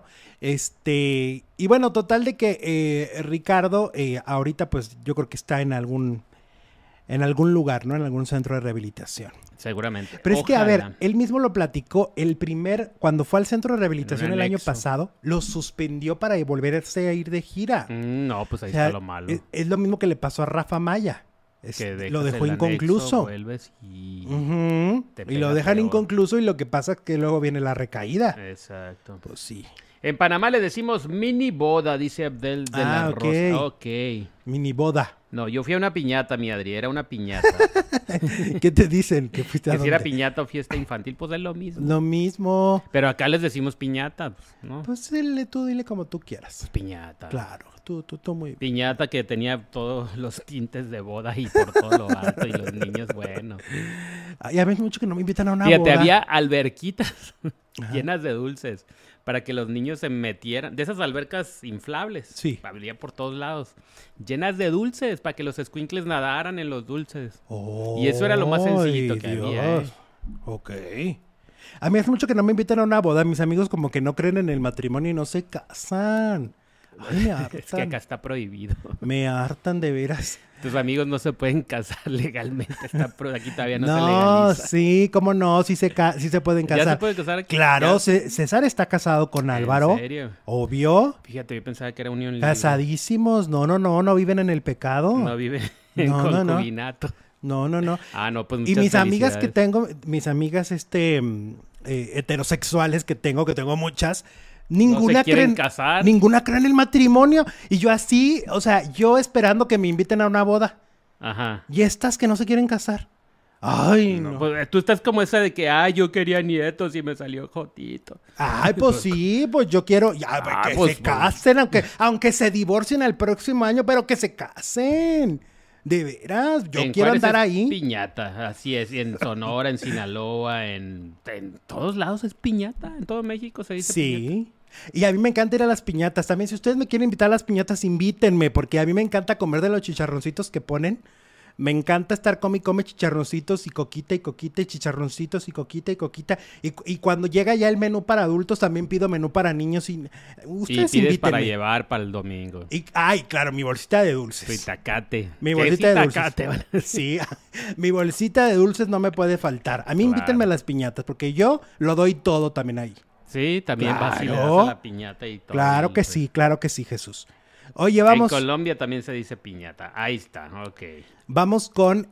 A: Y bueno, total de que Ricardo ahorita pues yo creo que está en algún lugar, ¿no? En algún centro de rehabilitación.
B: Seguramente.
A: Pero es que, a ver,
B: Ojalá.
A: él mismo lo platicó, cuando fue al centro de rehabilitación
B: En un
A: el año
B: anexo.
A: pasado, lo suspendió para volverse a ir de gira.
B: No, pues ahí
A: O sea,
B: está lo malo.
A: es lo mismo que le pasó a Rafa Maya.
B: Que dejas
A: Lo dejó
B: el anexo,
A: inconcluso.
B: vuelves y...
A: Ujú.
B: te
A: Y
B: pega
A: lo dejan
B: peor.
A: inconcluso y lo que pasa es que luego viene la recaída.
B: Exacto.
A: Pues sí.
B: En Panamá le decimos mini boda, dice Abdel de la
A: ok.
B: Rosa. Ok.
A: Mini boda.
B: No, yo fui a una piñata, mi Adri, era una piñata.
A: ¿Qué te dicen? ¿Que fuiste a
B: Que si era
A: dónde?
B: piñata o fiesta infantil, pues es lo mismo.
A: Lo mismo.
B: Pero acá les decimos piñata, pues, ¿no?
A: Pues tú dile como tú quieras.
B: Piñata.
A: Claro, tú muy bien.
B: Piñata que tenía todos los tintes de boda y por todo lo alto y los niños, bueno.
A: Ya ves mucho que no me invitan a una
B: Fíjate,
A: boda.
B: había alberquitas
A: Ajá.
B: llenas de dulces para que los niños se metieran. De esas albercas inflables.
A: Sí.
B: Había por todos lados. Llenas de dulces para que los escuincles nadaran en los dulces. Y eso era lo más sencillito
A: ¡Ay,
B: que había,
A: Dios! Ok. A mí hace mucho que no me invitan a una boda. Mis amigos como que no creen en el matrimonio y no se casan. Ay, me hartan.
B: Es que acá está prohibido.
A: Me hartan de veras.
B: Tus amigos no se pueden casar legalmente. Aquí todavía no se
A: No,
B: legaliza.
A: sí, cómo no, sí se pueden
B: ¿Ya
A: casar.
B: se puede casar aquí?
A: Claro,
B: ¿Ya?
A: César está casado con Álvaro.
B: ¿En serio?
A: Obvio.
B: Fíjate, yo pensaba que era unión libre.
A: Casadísimos. No viven en el pecado.
B: No vive en
A: No, no, no.
B: concubinato.
A: No.
B: Ah, no, pues
A: Y
B: muchas
A: mis amigas que
B: felicidades.
A: tengo, mis amigas heterosexuales que tengo muchas, ninguna
B: quieren
A: creen,
B: casar.
A: ninguna cree en el matrimonio. Y yo así, o sea, yo esperando que me inviten a una boda.
B: Ajá.
A: Y estas que no se quieren casar. Ay, no.
B: Pues, tú estás como esa de que, yo quería nietos y me salió jotito.
A: Ay, pues sí, pues yo quiero que
B: pues,
A: se casen, aunque se divorcien el próximo año, pero que se casen. De veras, yo quiero
B: Juárez
A: andar
B: es
A: ahí.
B: piñata, así es, y en Sonora, en Sinaloa, en todos lados es piñata, en todo México se dice piñata.
A: Sí. Y a mí me encanta ir a las piñatas. También, si ustedes me quieren invitar a las piñatas, invítenme, porque a mí me encanta comer de los chicharroncitos que ponen. Me encanta estar come chicharroncitos y coquita y coquita y chicharroncitos y coquita y coquita. Y cuando llega ya el menú para adultos, también pido menú para niños. Y ustedes
B: Y pides
A: invítenme.
B: para llevar para el domingo.
A: Ay, claro, mi bolsita de dulces.
B: Tu itacate.
A: Mi bolsita de
B: itacate?
A: dulces. Sí, mi bolsita de dulces no me puede faltar. A mí
B: Claro.
A: invítenme a las piñatas, porque yo lo doy todo también ahí.
B: Sí, también vas y le das
A: Claro.
B: a la piñata y todo.
A: Claro que sí, Jesús. Oye, vamos.
B: En Colombia también se dice piñata. Ahí está, ok.
A: Vamos con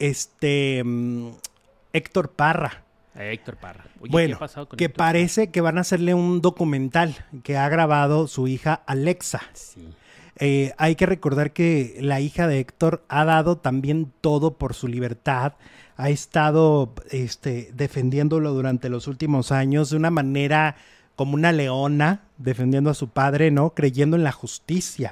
A: Héctor Parra.
B: Héctor Parra. Oye, ¿qué
A: Bueno,
B: ha pasado con
A: que
B: Héctor
A: parece que van a hacerle un documental que ha grabado su hija Alexa.
B: Parra? Sí.
A: Hay que recordar que la hija de Héctor ha dado también todo por su libertad. Ha estado defendiéndolo durante los últimos años de una manera como una leona, defendiendo a su padre, ¿no? Creyendo en la justicia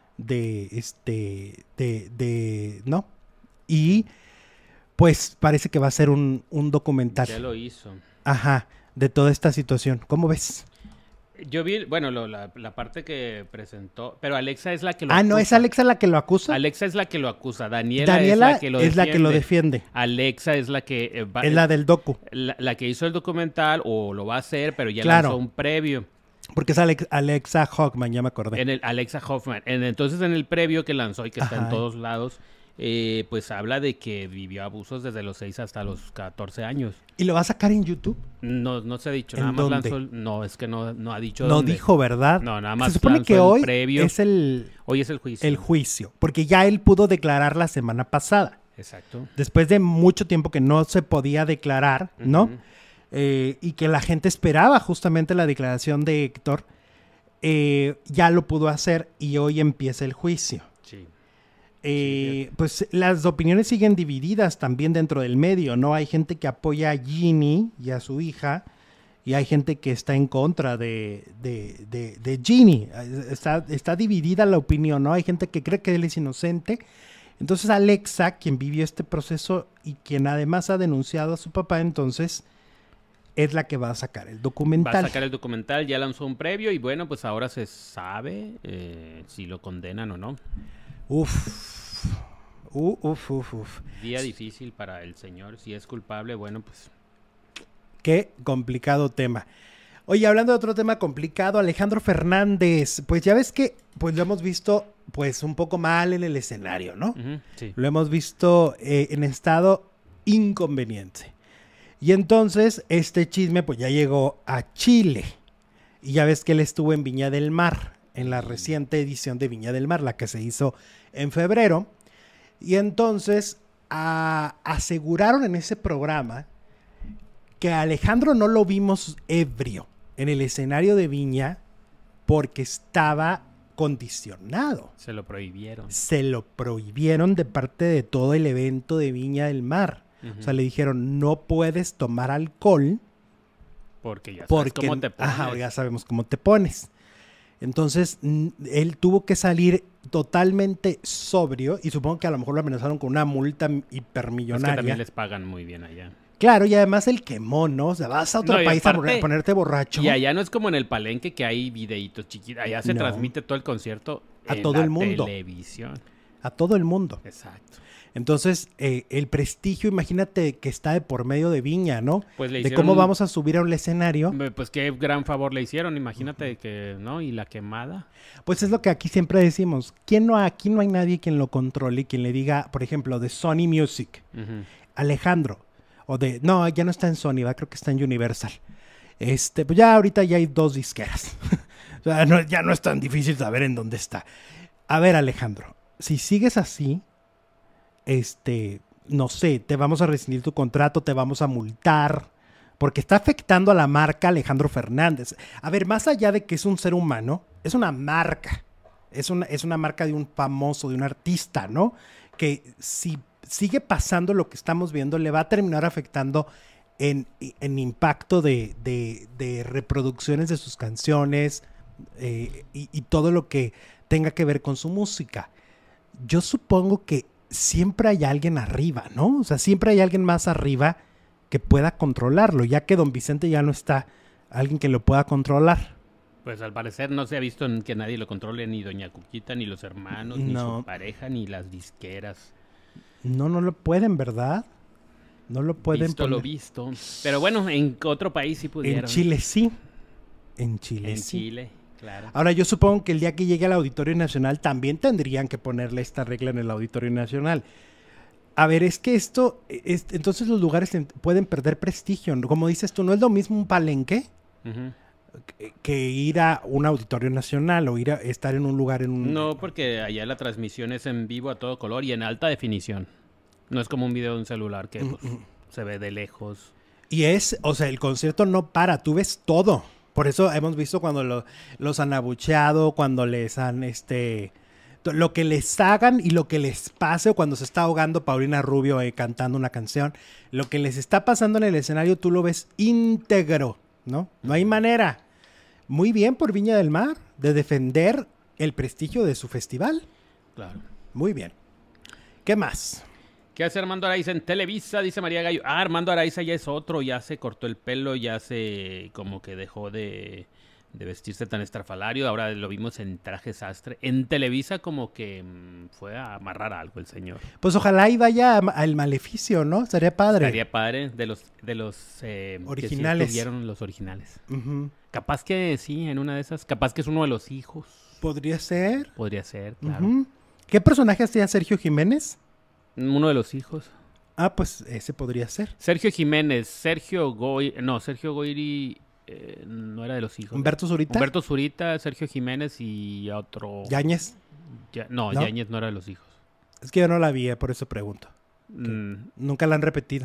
A: ¿no? Y pues parece que va a ser un documental.
B: Ya lo hizo.
A: Ajá, de toda esta situación. ¿Cómo ves?
B: Yo vi, bueno, la parte que presentó, pero Alexa es la que lo
A: ¿no es Alexa la que lo acusa?
B: Alexa es la que lo acusa. Daniela
A: es la que lo defiende.
B: Alexa es la que
A: Es la del docu.
B: la que hizo el documental o lo va a hacer, pero ya
A: Claro.
B: lanzó un previo.
A: Porque es Alexa Hoffman, ya me acordé.
B: En el Alexa Hoffman. Entonces, en el previo que lanzó y que está
A: Ajá.
B: en todos lados, pues habla de que vivió abusos desde los 6 hasta los 14 años.
A: ¿Y lo va a sacar en YouTube?
B: No se ha dicho,
A: ¿En
B: nada más
A: dónde?
B: lanzó. No, es que no ha dicho
A: No
B: dónde.
A: dijo, ¿verdad?
B: No, nada más
A: Se supone
B: lanzó
A: que
B: el
A: hoy
B: previo.
A: es el
B: Hoy es el juicio.
A: juicio, porque ya él pudo declarar la semana pasada.
B: Exacto.
A: Después de mucho tiempo que no se podía declarar, ¿no?
B: Ujú.
A: Y que la gente esperaba justamente la declaración de Héctor, ya lo pudo hacer y hoy empieza el juicio.
B: Sí.
A: Pues las opiniones siguen divididas también dentro del medio, ¿no? Hay gente que apoya a Ginny y a su hija y hay gente que está en contra de Ginny. Está dividida la opinión, ¿no? Hay gente que cree que él es inocente. Entonces Alexa, quien vivió este proceso y quien además ha denunciado a su papá, entonces es la que va a sacar el documental.
B: Va a sacar el documental, ya lanzó un previo y bueno, pues ahora se sabe si lo condenan o no.
A: Uf.
B: Día difícil para el señor. Si es culpable, bueno, pues...
A: Qué complicado tema. Oye, hablando de otro tema complicado, Alejandro Fernández, pues ya ves que pues lo hemos visto pues un poco mal en el escenario, ¿no?
B: Ujú, sí.
A: Lo hemos visto en estado inconveniente. Y entonces este chisme pues ya llegó a Chile. Y ya ves que él estuvo en Viña del Mar, en la reciente edición de Viña del Mar, la que se hizo en febrero. Y entonces aseguraron en ese programa que a Alejandro no lo vimos ebrio en el escenario de Viña porque estaba condicionado.
B: Se lo prohibieron.
A: Se lo prohibieron de parte de todo el evento de Viña del Mar.
B: Ujú.
A: O sea, le dijeron, no puedes tomar alcohol
B: Porque ya sabes
A: porque
B: cómo te pones.
A: ajá, ya sabemos cómo te pones. Entonces, él tuvo que salir totalmente sobrio y supongo que a lo mejor lo amenazaron con una multa
B: Es que
A: hipermillonaria.
B: también les pagan muy bien allá.
A: Claro, y además el quemó, ¿no? O sea, vas a otro
B: No, y
A: país
B: aparte-
A: a ponerte borracho.
B: Y allá no es como en el Palenque que hay videitos chiquitos. Allá se
A: No.
B: transmite todo el concierto
A: A
B: en
A: todo
B: la
A: el mundo.
B: televisión.
A: A todo el mundo.
B: Exacto.
A: Entonces, el prestigio, imagínate que está de por medio de Viña, ¿no?
B: Pues le
A: De
B: hicieron
A: cómo vamos a subir a un escenario.
B: Pues qué gran favor le hicieron. Imagínate que, ¿no? Y la quemada.
A: Pues es lo que aquí siempre decimos. Aquí no hay nadie quien lo controle y quien le diga, por ejemplo, de Sony Music,
B: Ujú.
A: Alejandro, no, ya no está en Sony, creo que está en Universal. Pues ya ahorita ya hay 2 disqueras. O sea, ya no es tan difícil saber en dónde está. A ver, Alejandro, si sigues así, no sé, te vamos a rescindir tu contrato, te vamos a multar, porque está afectando a la marca Alejandro Fernández. A ver, más allá de que es un ser humano, es una marca. Es una marca de un famoso, de un artista, ¿no? Que si sigue pasando lo que estamos viendo, le va a terminar afectando en impacto de reproducciones de sus canciones y todo lo que tenga que ver con su música. Yo supongo que siempre hay alguien arriba, ¿no? O sea, siempre hay alguien más arriba que pueda controlarlo, ya que don Vicente ya no está, alguien que lo pueda controlar.
B: Pues al parecer no se ha visto que nadie lo controle, ni doña Cuquita, ni los hermanos, ni su pareja, ni las disqueras.
A: No lo pueden, ¿verdad? No lo pueden
B: visto
A: poner.
B: Lo visto. Pero bueno, en otro país sí pudieron.
A: En Chile sí. En Chile
B: en
A: sí.
B: Chile, claro.
A: Ahora yo supongo que el día que llegue al Auditorio Nacional también tendrían que ponerle esta regla en el Auditorio Nacional. A ver, es que entonces los lugares pueden perder prestigio. Como dices tú, no es lo mismo un palenque que ir a un Auditorio Nacional o ir a estar en un lugar en un...
B: No, porque allá la transmisión es en vivo a todo color y en alta definición. No es como un video de un celular que pues, se ve de lejos.
A: Y o sea, el concierto no para, tú ves todo. Por eso hemos visto cuando los han abucheado, cuando les han, lo que les hagan y lo que les pase, o cuando se está ahogando Paulina Rubio cantando una canción, lo que les está pasando en el escenario, tú lo ves íntegro, ¿no? No hay manera. Muy bien por Viña del Mar de defender el prestigio de su festival.
B: Claro.
A: Muy bien. ¿Qué más?
B: ¿Qué hace Armando Araiza en Televisa? Dice María Gallo. Ah, Armando Araiza ya es otro, ya se cortó el pelo, ya se como que dejó de vestirse tan estrafalario. Ahora lo vimos en traje sastre. En Televisa como que fue a amarrar algo el señor.
A: Pues ojalá y vaya al Maleficio, ¿no? Sería padre.
B: Estaría padre de los
A: originales.
B: Que sí estuvieron los originales.
A: Uh-huh.
B: Capaz que sí, en una de esas. Capaz que es uno de los hijos.
A: Podría ser.
B: Podría ser, claro.
A: Uh-huh. ¿Qué personaje hacía Sergio Jiménez?
B: Uno de los hijos.
A: Ah, pues ese podría ser.
B: Sergio Jiménez, Sergio Goyri no era de los hijos.
A: Humberto Zurita,
B: Sergio Jiménez y otro...
A: Yáñez.
B: ¿No? Yáñez no era de los hijos.
A: Es que yo no la vi, por eso pregunto. Nunca la han repetido.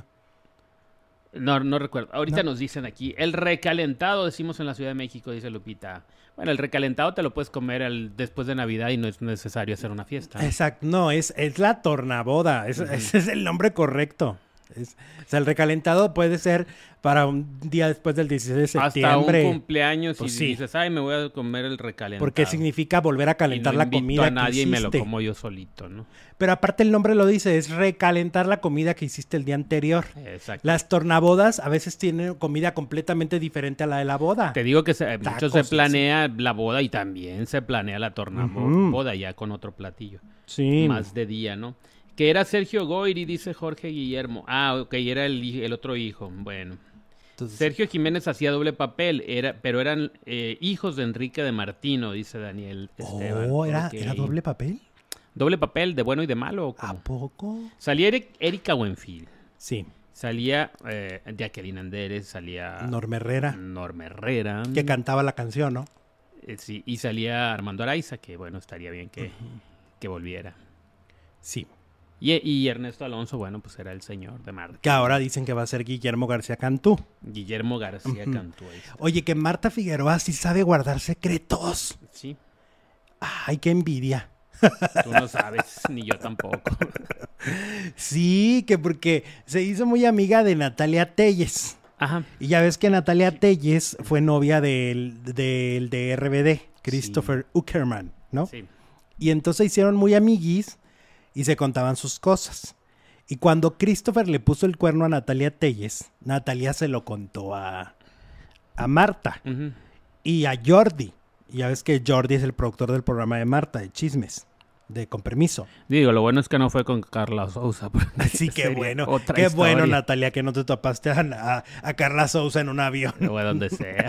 B: No recuerdo. Ahorita nos dicen aquí, el recalentado, decimos en la Ciudad de México, dice Lupita. Bueno, el recalentado te lo puedes comer después de Navidad y no es necesario hacer una fiesta, ¿no?
A: Exacto, no, es la tornaboda, ese es el nombre correcto. O sea, el recalentado puede ser para un día después del 16 de septiembre.
B: Hasta un cumpleaños
A: pues
B: y
A: sí.
B: dices, ay, me voy a comer el recalentado.
A: Porque significa volver a calentar la comida
B: a nadie
A: que hiciste.
B: Y me lo como yo solito, ¿no?
A: Pero aparte el nombre lo dice, es recalentar la comida que hiciste el día anterior.
B: Exacto.
A: Las tornabodas a veces tienen comida completamente diferente a la de la boda.
B: Te digo que mucho se planea la boda y también se planea la tornaboda ya con otro platillo.
A: Sí.
B: Más de día, ¿no? Que era Sergio Goyri, dice Jorge Guillermo. Ah, ok, era el otro hijo. Bueno. Entonces, Sergio Jiménez hacía doble papel, pero eran hijos de Enrique de Martino, dice Daniel Esteban.
A: Oh, ¿era doble papel?
B: ¿Doble papel de bueno y de malo? ¿O cómo?
A: ¿A poco?
B: Salía Erika Buenfil.
A: Sí.
B: Salía Jacqueline Anderes, salía...
A: Norma Herrera.
B: Que
A: cantaba la canción, ¿no?
B: Sí, y salía Armando Araiza, que bueno, estaría bien que volviera.
A: Sí.
B: Y Ernesto Alonso, bueno, pues era el señor de Marta.
A: Que ahora dicen que va a ser Guillermo García Cantú.
B: Guillermo García Cantú.
A: Oye, que Marta Figueroa sí sabe guardar secretos.
B: Sí.
A: Ay, qué envidia.
B: Tú no sabes, ni yo tampoco.
A: Sí, que porque se hizo muy amiga de Natalia Telles.
B: Ajá.
A: Y ya ves que Natalia Telles fue novia del de RBD, Christopher Uckerman, ¿no?
B: Sí.
A: Y entonces hicieron muy amiguis y se contaban sus cosas. Y cuando Christopher le puso el cuerno a Natalia Telles, Natalia se lo contó a Marta y a Jordi. Y ya ves que Jordi es el productor del programa de Marta, de Chismes, de Con Permiso.
B: Digo, lo bueno es que no fue con Carla Sousa.
A: Sí, qué bueno. Qué bueno, Natalia, que no te topaste a Carla Sousa en un avión.
B: O a donde sea.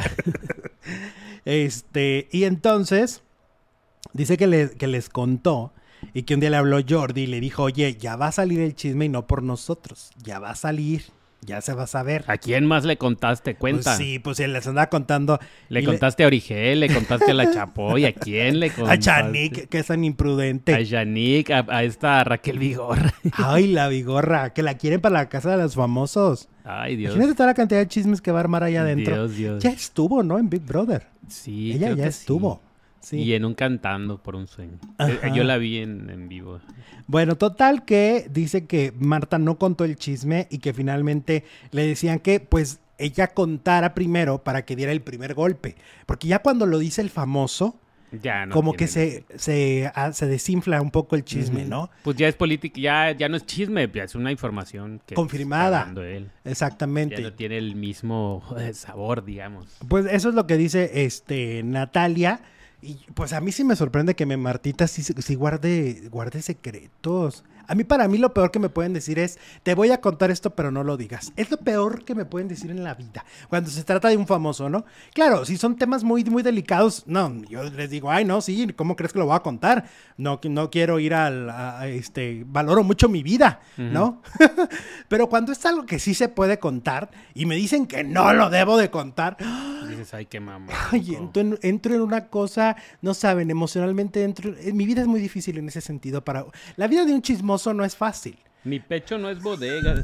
A: Y entonces, dice que les contó y que un día le habló Jordi y le dijo, oye, ya va a salir el chisme y no por nosotros. Ya va a salir, ya se va a saber.
B: ¿A quién más le contaste? Cuenta.
A: Pues sí, pues él les andaba contando.
B: Le contaste a Origel, le contaste a la Chapoy, ¿a quién le contaste?
A: A Chanik, que es tan imprudente.
B: A Yanik, a esta Raquel Vigorra.
A: Ay, la Vigorra, que la quieren para la casa de los famosos.
B: Ay, Dios.
A: Imagínate toda la cantidad de chismes que va a armar allá adentro.
B: Dios.
A: Ya estuvo, ¿no? En Big Brother.
B: Sí,
A: ella ya estuvo. Sí.
B: Y en un Cantando por un Sueño.
A: Ajá.
B: Yo la vi en vivo.
A: Bueno, total que dice que Marta no contó el chisme y que finalmente le decían que pues ella contara primero para que diera el primer golpe. Porque ya cuando lo dice el famoso,
B: Ya no
A: como que
B: tiene-
A: se desinfla un poco el chisme,
B: Ujú.
A: ¿no?
B: Pues ya es política, ya no es chisme, ya es una información que
A: Confirmada.
B: está dando él. Ya
A: Exactamente.
B: no tiene el mismo sabor, digamos.
A: Pues eso es lo que dice Natalia. Y pues a mí sí me sorprende que Martita sí guarde secretos. Para mí lo peor que me pueden decir es, te voy a contar esto, pero no lo digas. Es lo peor que me pueden decir en la vida, cuando se trata de un famoso, ¿no? Claro, si son temas muy, muy delicados, no, yo les digo, ay, no, sí, ¿cómo crees que lo voy a contar? No quiero ir valoro mucho mi vida, ¿no? Pero cuando es algo que sí se puede contar y me dicen que no lo debo de contar,
B: Dices, ay, qué mamá.
A: ay, entro en una cosa, no saben, emocionalmente mi vida es muy difícil en ese sentido. La vida de un chismoso no es fácil.
B: Mi pecho no es bodega.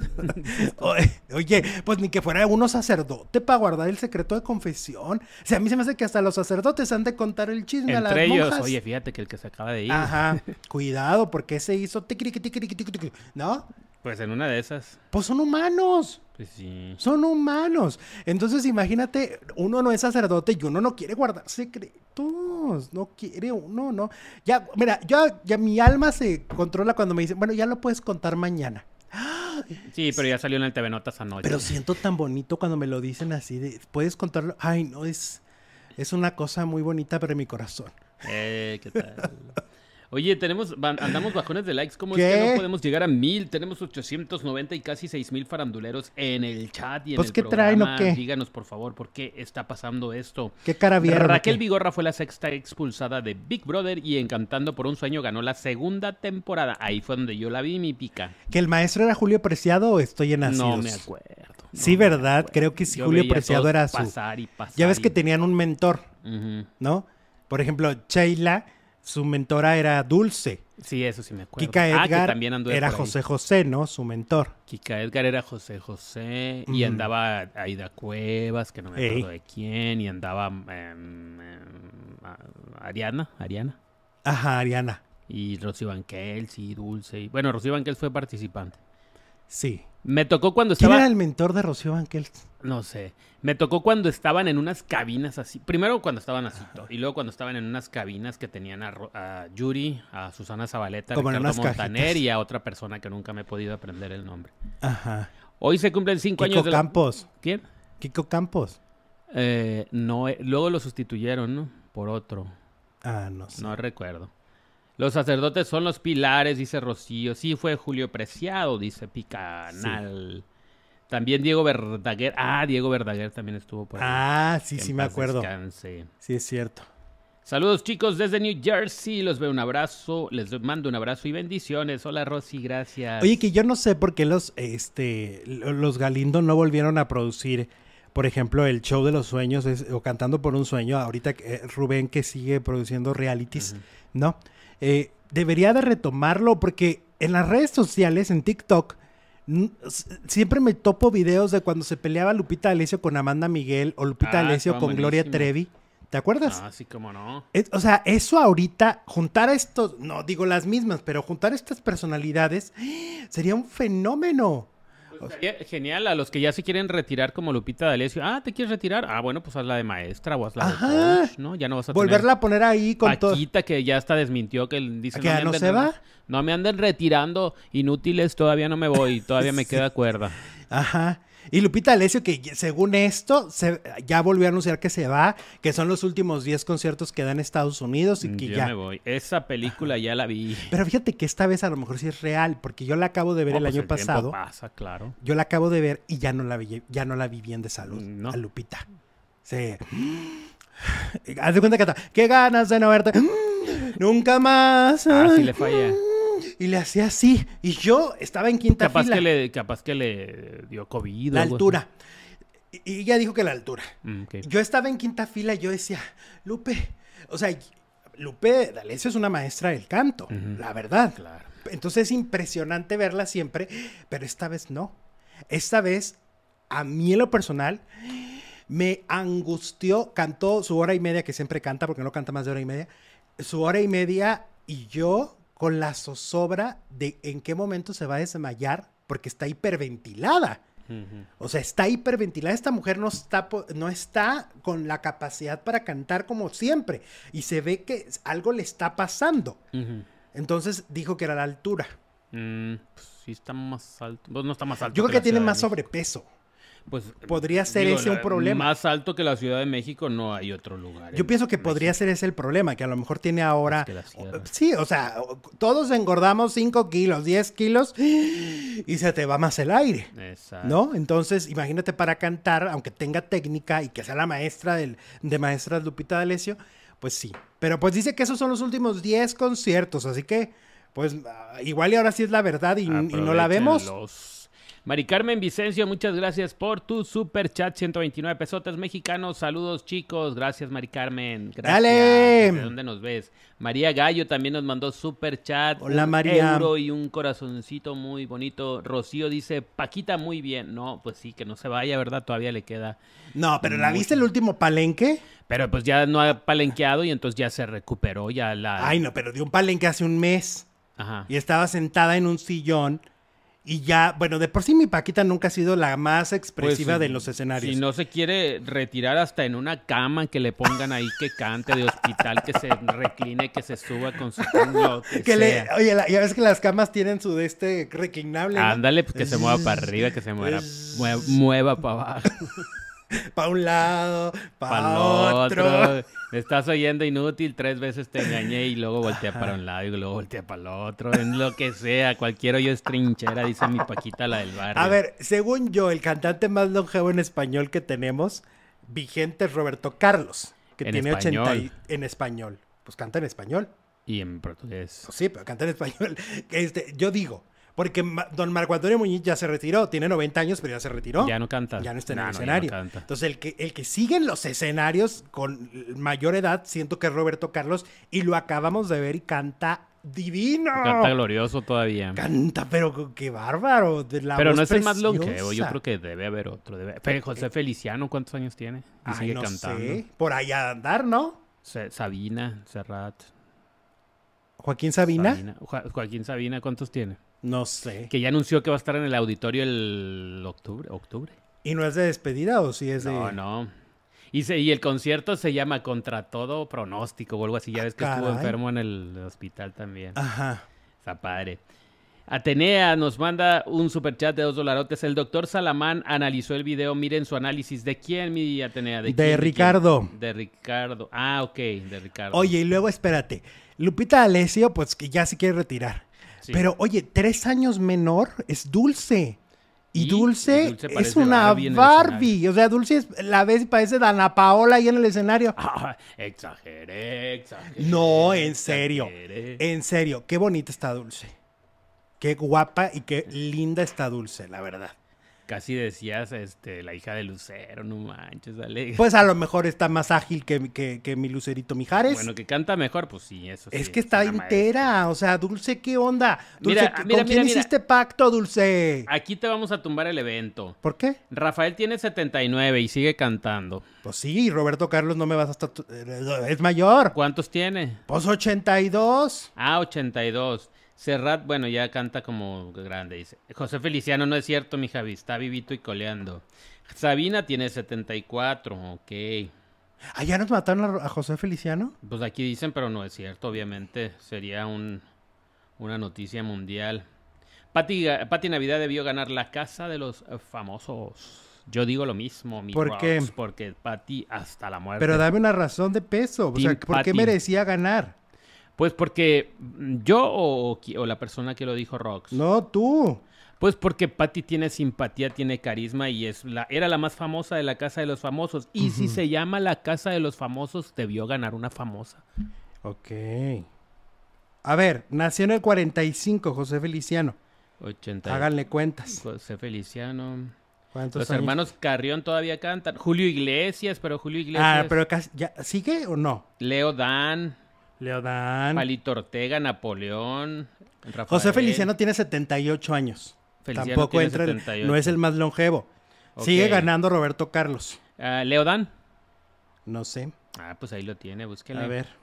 A: Oye, pues ni que fuera uno sacerdote para guardar el secreto de confesión. O sea, a mí se me hace que hasta los sacerdotes han de contar el chisme a las
B: Entre ellos,
A: monjas.
B: oye, fíjate que el que se acaba de ir.
A: Ajá, cuidado, porque ese hizo tiquiriqui, ¿no?
B: Pues en una de esas,
A: Pues son humanos.
B: pues sí.
A: Son humanos. Entonces, imagínate, uno no es sacerdote y uno no quiere guardar secretos. No quiere uno, no. Ya, mira, ya mi alma se controla cuando me dicen, bueno, ya lo puedes contar mañana.
B: Sí, pero ya salió en el TV Notas anoche.
A: Pero siento tan bonito cuando me lo dicen así de, puedes contarlo. Ay, no, es una cosa muy bonita para mi corazón.
B: ¿Qué tal? Oye, andamos bajones de likes. ¿Cómo
A: ¿Qué?
B: es que no podemos llegar a 1000? Tenemos 890 y casi 6000 faranduleros en el chat y en
A: Pues,
B: el
A: ¿qué
B: programa.
A: traen o qué?
B: Díganos, por favor, ¿por qué está pasando esto?
A: ¿Qué cara vieron?
B: Raquel
A: ¿O qué?
B: Vigorra fue la sexta expulsada de Big Brother y en Cantando por un Sueño ganó la segunda temporada. Ahí fue donde yo la vi, mi pica.
A: ¿Que el maestro era Julio Preciado o estoy en
B: No
A: Nacidos?
B: me acuerdo.
A: Sí,
B: no me
A: ¿verdad?
B: acuerdo.
A: Creo que sí,
B: Yo
A: Julio
B: veía
A: Preciado
B: todos
A: era su...
B: pasar y pasar
A: Ya ves
B: y-
A: que tenían un mentor,
B: Ujú.
A: ¿no? Por ejemplo, Sheila, su mentora era Dulce.
B: Sí, eso sí me acuerdo.
A: Kika
B: que
A: Edgar
B: también anduve
A: era
B: por ahí.
A: José José, ¿no? Su mentor.
B: Kika Edgar era José José y
A: Ujú.
B: andaba Aida Cuevas, que no me
A: Ey.
B: acuerdo de quién, y andaba Ariana
A: Ajá, Ariana.
B: y Rocío Banquels, sí, Dulce. Bueno, Rocío Banquels fue participante.
A: Sí.
B: Me tocó cuando
A: ¿Quién
B: estaba,
A: era el mentor de Rocío Banquels?
B: no sé, me tocó cuando estaban en unas cabinas así. Primero cuando estaban así, y luego cuando estaban en unas cabinas que tenían a Yuri, a Susana Zabaleta, a
A: Como en
B: Ricardo
A: unas
B: Montaner
A: cajitas.
B: y a otra persona que nunca me he podido aprender el nombre.
A: Ajá.
B: Hoy se cumplen 5 años
A: Kiko
B: de la...
A: Campos.
B: ¿Quién?
A: Kiko Campos.
B: No, luego lo sustituyeron, ¿no? Por otro.
A: Ah, no sé.
B: No recuerdo. Los sacerdotes son los pilares, dice Rocío. Sí, fue Julio Preciado, dice Picanal. También Diego Verdaguer. Ah, Diego Verdaguer también estuvo por ahí.
A: Ah, sí,
B: Que
A: sí
B: en
A: me
B: paz
A: acuerdo.
B: descanse.
A: Sí, es cierto.
B: Saludos, chicos, desde New Jersey. Los veo un abrazo. Les mando un abrazo y bendiciones. Hola, Rosy, gracias.
A: Oye, que yo no sé por qué los Galindo no volvieron a producir, por ejemplo, el show de los sueños o Cantando por un Sueño. Ahorita Rubén que sigue produciendo realities, ¿no? Debería de retomarlo porque en las redes sociales, en TikTok, siempre me topo videos de cuando se peleaba Lupita D'Alessio con Amanda Miguel o Lupita D'Alessio
B: estaban
A: con Gloria
B: buenísimos.
A: Trevi. ¿Te acuerdas?
B: Ah, sí, cómo no.
A: O sea, eso ahorita, juntar a estos, no digo las mismas, pero juntar estas personalidades sería un fenómeno.
B: Genial, a los que ya se quieren retirar como Lupita D'Alessio. Ah, ¿te quieres retirar? Ah, bueno, pues haz la de maestra o haz la de
A: Ajá.
B: coach, ¿no? Ya no vas a
A: Volverla a poner ahí con todo.
B: Paquita, que ya hasta desmintió, que dice...
A: ¿Que ya no se va?
B: No me anden retirando inútiles, todavía no me voy, todavía me
A: Sí.
B: queda cuerda.
A: Ajá. Y Lupita D'Alessio, que según esto, ya volvió a anunciar que se va, que son los últimos 10 conciertos que da en Estados Unidos y que
B: Yo
A: ya.
B: me voy. Esa película ya la vi.
A: Pero fíjate que esta vez a lo mejor sí es real, porque yo la acabo de ver
B: No,
A: el
B: pues
A: año
B: tiempo
A: pasado.
B: pasa, claro.
A: Yo la acabo de ver y ya no la vi bien de salud.
B: No.
A: A Lupita. Sí. Haz de cuenta que qué ganas de no verte. Nunca más.
B: Ah, sí
A: Ay.
B: le falla.
A: Y le hacía así. Y yo estaba en quinta fila.
B: Capaz que le dio COVID. o
A: La
B: algo
A: altura. Y ella dijo que la altura.
B: así. Ok.
A: Yo estaba en quinta fila y yo decía, Lupe, o sea, Lupe D'Alessio es una maestra del canto,
B: Ujú.
A: la verdad.
B: Claro.
A: Entonces es impresionante verla siempre, pero esta vez no. Esta vez, a mí en lo personal, Me angustió, cantó su hora y media, que siempre canta porque no canta más de hora y media, su hora y media y yo con la zozobra de en qué momento se va a desmayar porque está hiperventilada. O sea, está hiperventilada. Esta mujer no está con la capacidad para cantar como siempre. Y se ve que algo le está pasando. Entonces dijo que era la altura.
B: Pues sí está más alto. Pues no está más alto.
A: Yo creo que tiene
B: la Ciudad
A: más
B: de México.
A: sobrepeso.
B: Pues
A: Podría ser ese un problema.
B: Más alto que la Ciudad de México no hay otro lugar.
A: Yo pienso que podría ser ese el problema, que a lo mejor tiene ahora...
B: Es que la sierra.
A: Sí, o sea, todos engordamos 5 kilos, 10 kilos y se te va más el aire,
B: Exacto.
A: ¿no? Entonces, imagínate para cantar, aunque tenga técnica y que sea la maestra de maestras Lupita D'Alessio, pues sí. Pero pues dice que esos son los últimos 10 conciertos, así que, pues, igual y ahora sí es la verdad y no la vemos.
B: Aprovechenlos. Mari Carmen Vicencio, muchas gracias por tu super chat, 129 pesotes mexicanos. Saludos, chicos. Gracias, Mari Carmen. Gracias.
A: ¡Dale!
B: ¿De dónde nos ves? María Gallo también nos mandó super chat.
A: Hola,
B: un
A: María.
B: euro y un corazoncito muy bonito. Rocío dice, Paquita, muy bien. No, pues sí, que no se vaya, ¿verdad? Todavía le queda.
A: No, pero ¿la
B: mucho.
A: viste el último palenque?
B: Pero pues ya no ha palenqueado y entonces ya se recuperó. Ya la...
A: Ay, no, pero dio un palenque hace un mes
B: Ajá.
A: y estaba sentada en un sillón. Y ya, bueno, de por sí mi Paquita nunca ha sido la más expresiva
B: Pues,
A: de los escenarios.
B: Si no se quiere retirar hasta en una cama que le pongan ahí que cante de hospital, que se recline, que se suba con su lo que sea.
A: Oye, ya ves que las camas tienen su reclinable, ¿no?
B: Ándale, pues que se mueva para arriba, que se mueva para abajo,
A: Para un lado,
B: para
A: para
B: el
A: otro.
B: otro. Me estás oyendo inútil, 3 veces te engañé y luego voltea para un lado y luego voltea para el otro. En lo que sea, cualquier hoyo es trinchera, dice mi Paquita, la del barrio.
A: A ver, según yo, el cantante más longevo en español que tenemos, vigente, es Roberto Carlos, que
B: En
A: tiene
B: español.
A: 80 en español. Pues canta en español.
B: Y en portugués.
A: Pues sí, pero canta en español. Yo digo, porque don Marco Antonio Muñiz ya se retiró, tiene 90 años, pero ya se retiró.
B: Ya no canta.
A: Ya no está en el
B: No, ya no
A: escenario.
B: canta.
A: Entonces, el que sigue en los escenarios con mayor edad, siento que es Roberto Carlos, y lo acabamos de ver y canta divino.
B: Canta glorioso todavía.
A: Canta, pero qué bárbaro. La
B: Pero
A: voz
B: no es el más
A: preciosa.
B: longevo, yo creo que debe haber otro. José Feliciano, ¿cuántos años tiene? Y
A: Ay,
B: sigue
A: no
B: cantando.
A: sé. Por allá a andar, ¿no?
B: Sabina, Serrat.
A: Joaquín Sabina.
B: Joaquín Sabina, ¿cuántos tiene?
A: No sé.
B: Que ya anunció que va a estar en el auditorio el octubre.
A: ¿Y no es de despedida o sí es de...?
B: No. Y el concierto se llama Contra Todo Pronóstico o algo así. Ya ves que estuvo
A: Caray.
B: enfermo en el hospital también.
A: Ajá.
B: Está padre. Atenea nos manda un superchat de $2. El doctor Salamán analizó el video. Miren su análisis. ¿De quién, mi Atenea?
A: De
B: quién?
A: Ricardo.
B: De Ricardo. Ah, ok, de Ricardo.
A: Oye, y luego espérate. Lupita D'Alessio, pues que ya se quiere retirar.
B: Sí.
A: Pero, oye, 3 años menor es Dulce. Y Dulce
B: Dulce
A: es
B: parece
A: una
B: Barbie en el
A: Barbie. O sea, Dulce la ves y parece Dana Paola ahí en el escenario.
B: Ah, exageré.
A: No, en serio.
B: Exageré.
A: En serio, qué bonita está Dulce. Qué guapa y qué linda está Dulce, la verdad.
B: Casi decías, la hija de Lucero, no manches, Ale.
A: Pues a lo mejor está más ágil que mi Lucerito Mijares.
B: Bueno, que canta mejor, pues sí, eso sí.
A: Es que está
B: una maestra.
A: entera. O sea, Dulce, ¿qué onda? Dulce,
B: Mira,
A: ¿con
B: mira,
A: quién
B: mira.
A: hiciste pacto, Dulce?
B: Aquí te vamos a tumbar el evento.
A: ¿Por qué?
B: Rafael tiene 79 y sigue cantando.
A: Pues sí, Roberto Carlos no me vas hasta... Es mayor.
B: ¿Cuántos tiene?
A: Pues 82.
B: Ah, 82. Serrat, bueno, ya canta como grande, dice. José Feliciano, no es cierto, mi Javi, está vivito y coleando. Sabina tiene 74, ok.
A: ¿Ah, ya nos mataron a José Feliciano?
B: Pues aquí dicen, pero no es cierto, obviamente. Sería una noticia mundial. Pati Navidad debió ganar la casa de los famosos. Yo digo lo mismo, mi
A: ¿Por
B: Rox,
A: qué?
B: porque Pati hasta la muerte.
A: Pero dame una razón de peso. O sea,
B: Team
A: ¿por qué
B: Pati.
A: merecía ganar?
B: Pues porque yo o la persona que lo dijo, Rox.
A: No, tú.
B: Pues porque Pati tiene simpatía, tiene carisma y era la más famosa de la Casa de los Famosos. Y si se llama la Casa de los Famosos, debió ganar una famosa.
A: Ok. A ver, nació en el 45, José Feliciano.
B: 80.
A: Háganle cuentas.
B: José Feliciano.
A: ¿Cuántos
B: Los
A: años?
B: hermanos Carrión todavía cantan. Julio Iglesias, pero Julio Iglesias.
A: Ah, pero ¿ya sigue o no?
B: Leo Dan,
A: Leodán.
B: Palito Ortega, Napoleón, Rafael.
A: José Feliciano tiene 78 años.
B: Feliciano
A: Tampoco
B: tiene
A: entra,
B: 78.
A: no es el más longevo.
B: Ok.
A: Sigue ganando Roberto Carlos.
B: Leodán.
A: No sé.
B: Ah, pues ahí lo tiene, búsquele.
A: A ver.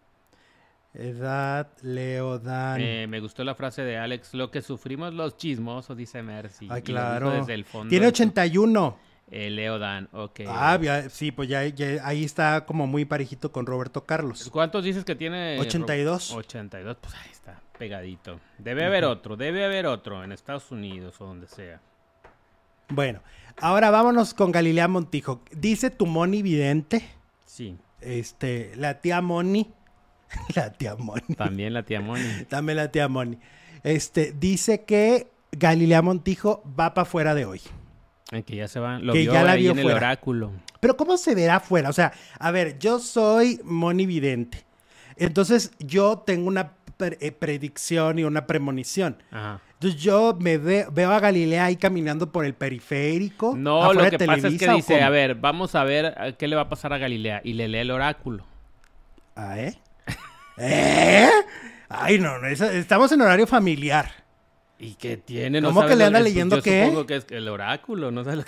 A: Edad Leodán.
B: Me gustó la frase de Alex. Lo que sufrimos los chismosos, dice Mercy.
A: Ay,
B: Y lo dijo
A: claro.
B: desde el fondo
A: Tiene
B: de su-
A: 81.
B: Leodán, ok.
A: Sí, pues ya ahí está como muy parejito con Roberto Carlos.
B: ¿Cuántos dices que tiene?
A: 82.
B: 82, pues ahí está, pegadito. Debe haber otro en Estados Unidos o donde sea.
A: Bueno, ahora vámonos con Galilea Montijo. Dice tu Moni Vidente,
B: Sí,
A: la tía Moni. La tía Moni.
B: también la tía Moni.
A: Dame la tía Moni. Dice que Galilea Montijo va para afuera de hoy.
B: Que ya se va, lo
A: Que
B: vio
A: ya la
B: ahí
A: vio
B: en el
A: fuera.
B: oráculo.
A: Pero ¿cómo se verá afuera? O sea, a ver, yo soy Moni Vidente. Entonces yo tengo una predicción y una premonición.
B: Ajá.
A: Entonces yo veo a Galilea ahí caminando por el periférico.
B: No,
A: afuera
B: lo
A: de
B: que pasa es que
A: Televisa, ¿o
B: dice,
A: cómo?
B: a ver, vamos a ver qué le va a pasar a Galilea. Y le lee el oráculo.
A: ¿Ah, ¿Eh? Ay, no, estamos en horario familiar.
B: ¿Y qué tiene? ¿No
A: ¿Cómo
B: sabes
A: que le anda
B: yo
A: leyendo qué?
B: supongo que es el oráculo, no sabes lo que...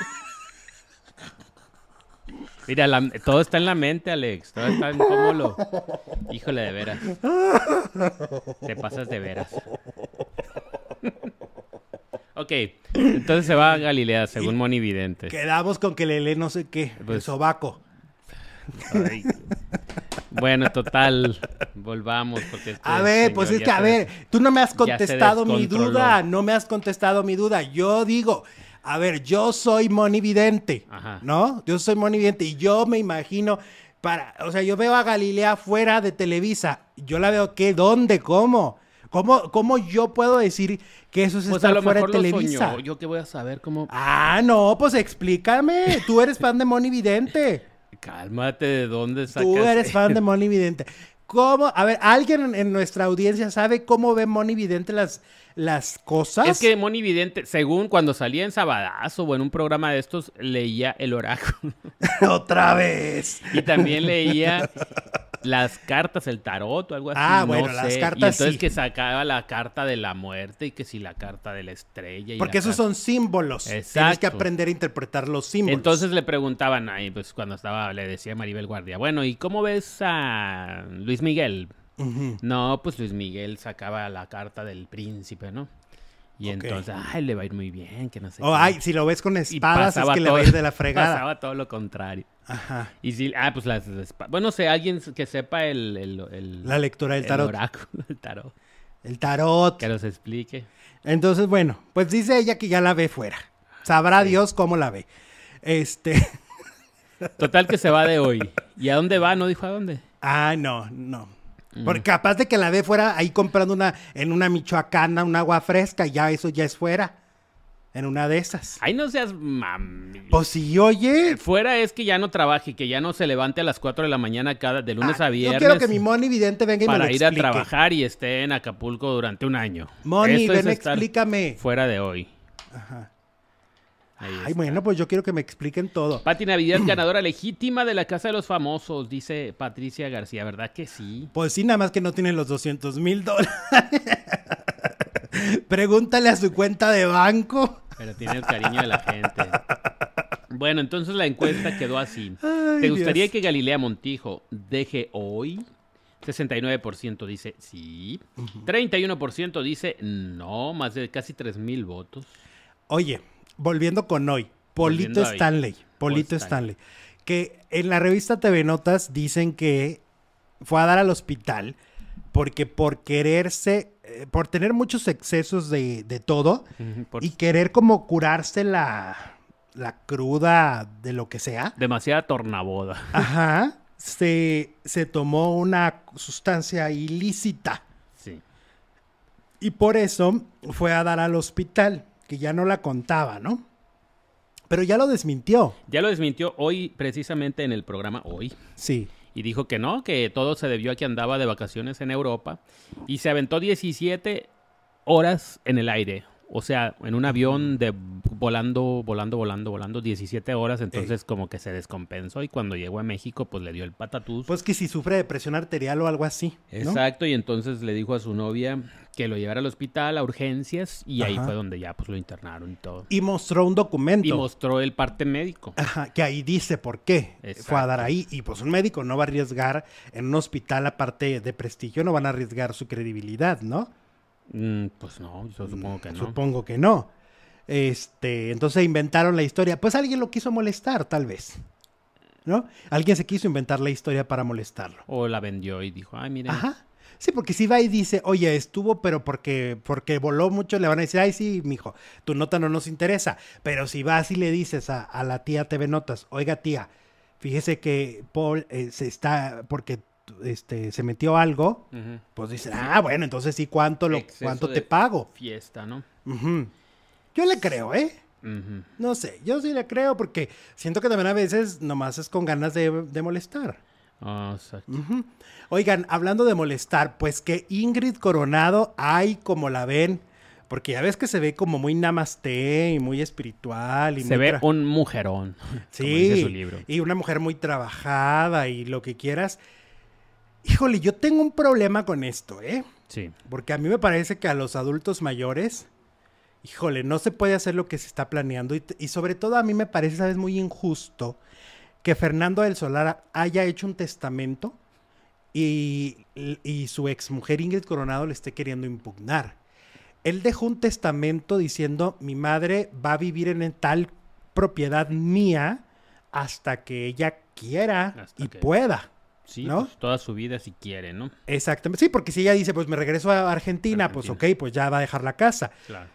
B: Mira, todo está en la mente, Alex. Todo está en cómo lo... Híjole, de veras. Te pasas de veras. Ok, entonces se va a Galilea, según Moni Vidente.
A: Quedamos con que le lee no sé qué, el
B: Pues-
A: sobaco.
B: Ay. Bueno, total, volvamos. Porque este
A: A ver,
B: señor
A: pues es
B: ya
A: que, a
B: se
A: ver, tú no me has
B: ya se
A: contestado mi
B: descontroló.
A: duda, no me has contestado mi duda. Yo digo, a ver, yo soy Moni Vidente,
B: Ajá.
A: ¿no? Yo soy Moni Vidente y yo me imagino, o sea, yo veo a Galilea fuera de Televisa. Yo la veo, ¿qué? ¿Dónde? ¿Cómo? ¿Cómo yo puedo decir que eso es
B: Pues a
A: estar
B: lo
A: fuera de
B: mejor lo
A: Televisa?
B: soñó. Yo qué voy a saber cómo...
A: Ah, no, pues explícame. Tú eres fan de Moni Vidente.
B: Cálmate, ¿de dónde sacas?
A: Tú eres fan de Moni Vidente. ¿Cómo? A ver, ¿alguien en nuestra audiencia sabe cómo ve Moni Vidente las cosas?
B: Es que Moni Vidente, según cuando salía en Sabadazo o en un programa de estos, leía el oráculo.
A: Otra vez.
B: Y también leía las cartas, el tarot o algo así.
A: Ah,
B: no
A: bueno,
B: sé.
A: las
B: Y
A: cartas
B: entonces
A: sí.
B: que sacaba la carta de la muerte y que si la carta de la estrella. Y
A: Porque
B: la
A: esos
B: carta-
A: son símbolos. Tienes
B: Exacto.
A: que aprender a interpretar los símbolos.
B: Entonces le preguntaban ahí, pues cuando le decía Maribel Guardia, bueno, ¿y cómo ves a Luis Miguel?
A: Ujú.
B: No, pues Luis Miguel sacaba la carta del príncipe, ¿no? Y
A: Ok.
B: entonces, ay, le va a ir muy bien, que no sé
A: Oh,
B: qué.
A: ay, si lo ves con
B: Y
A: espadas es
B: pasaba
A: que le va a ir de la fregada.
B: Pasaba todo lo contrario.
A: Ajá.
B: Y sí, pues las bueno, no sé, alguien que sepa
A: La lectura del
B: el
A: tarot.
B: oráculo, el tarot,
A: El tarot.
B: que nos explique.
A: Entonces, bueno, pues dice ella que ya la ve fuera. Sabrá Dios cómo la ve.
B: Total que se va de hoy. ¿Y a dónde va? ¿No dijo a dónde?
A: Ah, no. Porque capaz de que la ve fuera ahí comprando en una michoacana, un agua fresca, ya eso ya es fuera. En una de esas.
B: Ay, no seas mami.
A: Pues sí, oye.
B: Fuera es que ya no trabaje, que ya no se levante a las 4 de la mañana de lunes a viernes.
A: Yo quiero que mi Moni Vidente venga y me lo
B: para ir
A: explique.
B: a trabajar y esté en Acapulco durante un año.
A: Moni,
B: Eso es
A: ven,
B: estar
A: explícame.
B: fuera de hoy.
A: Ajá.
B: Ahí
A: Ay,
B: está.
A: bueno, pues yo quiero que me expliquen todo.
B: Pati Navidad, ganadora legítima de la Casa de los Famosos, dice Patricia García. ¿Verdad que sí?
A: Pues sí, nada más que no tienen los $200,000. Pregúntale a su cuenta de banco.
B: Pero tiene el cariño de la gente. Bueno, entonces la encuesta quedó así.
A: Ay,
B: ¿Te gustaría
A: Dios.
B: que Galilea Montijo deje hoy? 69% dice sí. 31% dice no. Más de casi 3,000 votos.
A: Oye, volviendo con hoy.
B: Volviendo
A: Polito
B: ahí.
A: Stanley. Polito Stanley. Que en la revista TV Notas dicen que fue a dar al hospital porque por tener muchos excesos de todo y querer como curarse la cruda de lo que sea.
B: Demasiada tornaboda.
A: Ajá. Se tomó una sustancia ilícita.
B: Sí.
A: Y por eso fue a dar al hospital, que ya no la contaba, ¿no? Pero ya lo desmintió.
B: Ya lo desmintió hoy, precisamente en el programa Hoy.
A: Sí.
B: Y dijo que no, que todo se debió a que andaba de vacaciones en Europa. Y se aventó 17 horas en el aire. O sea, en un avión volando 17 horas. Entonces como que se descompensó y cuando llegó a México pues le dio el patatús.
A: Pues que si sufre de presión arterial o algo así, ¿no?
B: Exacto, y entonces le dijo a su novia Que lo llevara al hospital a urgencias y ahí
A: Ajá.
B: fue donde ya pues lo internaron y todo.
A: Y mostró un documento.
B: Y mostró el parte médico.
A: Ajá, que ahí dice por qué fue a dar ahí. Y pues un médico no va a arriesgar en un hospital aparte de prestigio, no van a arriesgar su credibilidad, ¿no?
B: Pues no, yo supongo que no.
A: Supongo que no. Entonces inventaron la historia. Pues alguien lo quiso molestar, tal vez. ¿No? Alguien se quiso inventar la historia para molestarlo.
B: O la vendió y dijo, ay, miren.
A: Ajá. Sí, porque si va y dice, oye, estuvo, pero porque voló mucho, le van a decir, ay, sí, mijo, tu nota no nos interesa. Pero si vas y le dices a la tía TV Notas, oiga, tía, fíjese que Paul porque se metió algo,
B: Ujú.
A: pues dicen, ah, bueno, entonces sí, ¿cuánto
B: Exceso
A: te
B: de
A: pago?
B: Fiesta, ¿no?
A: Ujú. Yo le creo, ¿eh?
B: Ujú.
A: No sé, yo sí le creo porque siento que también a veces nomás es con ganas de molestar.
B: Ah, exacto.
A: Ujú. Oigan, hablando de molestar, pues que Ingrid Coronado, ay, como la ven, porque ya ves que se ve como muy namaste y muy espiritual. Y
B: Se
A: muy
B: ve un mujerón,
A: sí,
B: como dice su libro.
A: y una mujer muy trabajada y lo que quieras. Híjole, yo tengo un problema con esto, ¿eh?
B: Sí.
A: Porque a mí me parece que a los adultos mayores, híjole, no se puede hacer lo que se está planeando. Y sobre todo a mí me parece, ¿sabes? Muy injusto que Fernando del Solar haya hecho un testamento y su exmujer Ingrid Coronado le esté queriendo impugnar. Él dejó un testamento diciendo, mi madre va a vivir en tal propiedad mía hasta que ella quiera
B: Hasta
A: y
B: que-
A: pueda.
B: Sí,
A: ¿no?
B: pues toda su vida si quiere, ¿no?
A: Exactamente. Sí, porque si ella dice, pues me regreso a Argentina, pues ok, pues ya va a dejar la casa.
B: Claro.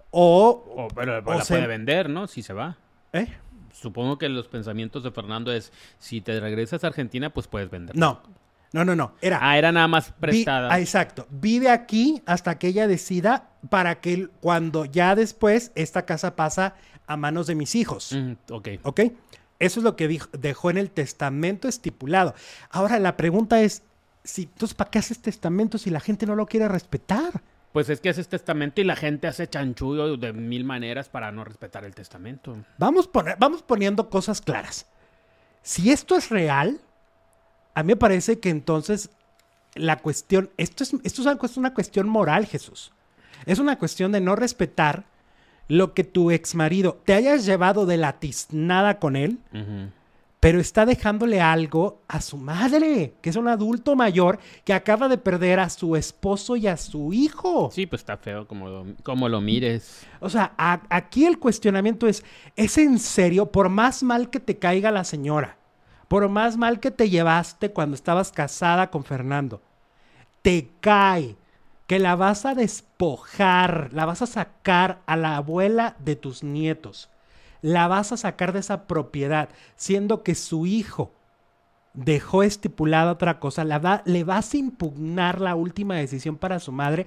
A: O
B: Pero la
A: se-
B: puede vender, ¿no? Si se va.
A: ¿Eh?
B: Supongo que los pensamientos de Fernando es, si te regresas a Argentina, pues puedes vender.
A: No. Era.
B: Era nada más prestada.
A: Exacto. Vive aquí hasta que ella decida para que cuando ya después esta casa pasa a manos de mis hijos.
B: Ok.
A: ¿Ok? Eso es lo que dejó en el testamento estipulado. Ahora la pregunta es, entonces, ¿para qué haces testamento si la gente no lo quiere respetar?
B: Pues es que haces testamento y la gente hace chanchullo de mil maneras para no respetar el testamento.
A: Vamos poniendo cosas claras. Si esto es real, a mí me parece que entonces la cuestión, esto es una cuestión moral, Jesús. Es una cuestión de no respetar lo que tu exmarido te hayas llevado de la tiznada con él,
B: Ujú.
A: pero está dejándole algo a su madre, que es un adulto mayor que acaba de perder a su esposo y a su hijo.
B: Sí, pues está feo como lo mires.
A: O sea, aquí el cuestionamiento ¿es en serio? Por más mal que te caiga la señora, por más mal que te llevaste cuando estabas casada con Fernando, te cae que la vas a despojar, la vas a sacar a la abuela de tus nietos, la vas a sacar de esa propiedad, siendo que su hijo dejó estipulada otra cosa, le vas a impugnar la última decisión para su madre.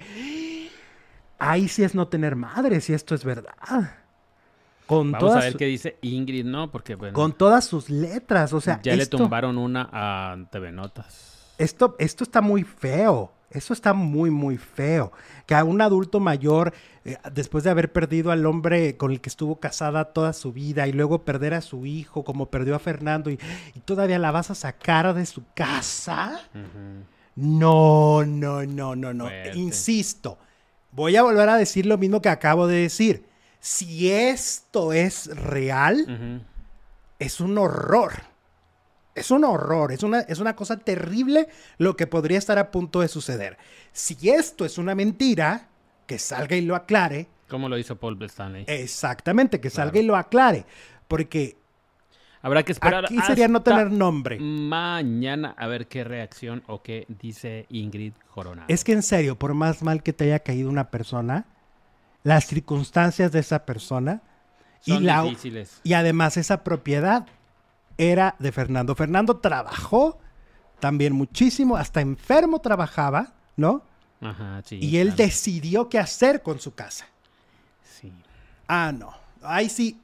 A: Ahí sí es no tener madre, si esto es verdad.
B: Vamos a ver qué dice Ingrid, ¿no? Porque bueno,
A: Con todas sus letras, o sea,
B: ya le tumbaron una a TV Notas.
A: Esto está muy feo. Eso está muy, muy feo. Que a un adulto mayor, después de haber perdido al hombre con el que estuvo casada toda su vida y luego perder a su hijo, como perdió a Fernando, y todavía la vas a sacar de su casa.
B: Ujú.
A: No.
B: Fuerte.
A: Insisto, voy a volver a decir lo mismo que acabo de decir. Si esto es real,
B: Ujú.
A: es un horror. Es un horror, es una cosa terrible lo que podría estar a punto de suceder. Si esto es una mentira, que salga y lo aclare.
B: ¿Cómo lo hizo Paul Stanley?
A: Exactamente, que salga
B: Claro.
A: y lo aclare. Porque
B: Habrá que esperar
A: aquí sería no
B: hasta
A: tener nombre.
B: mañana a ver qué reacción o qué dice Ingrid Coronado.
A: Es que en serio, por más mal que te haya caído una persona, las circunstancias de esa persona
B: Son
A: y
B: difíciles.
A: y además esa propiedad era de Fernando. Fernando trabajó también muchísimo, hasta enfermo trabajaba, ¿no?
B: Ajá, sí.
A: Y él
B: claro.
A: decidió qué hacer con su casa.
B: Sí.
A: Ah, no. Ahí sí.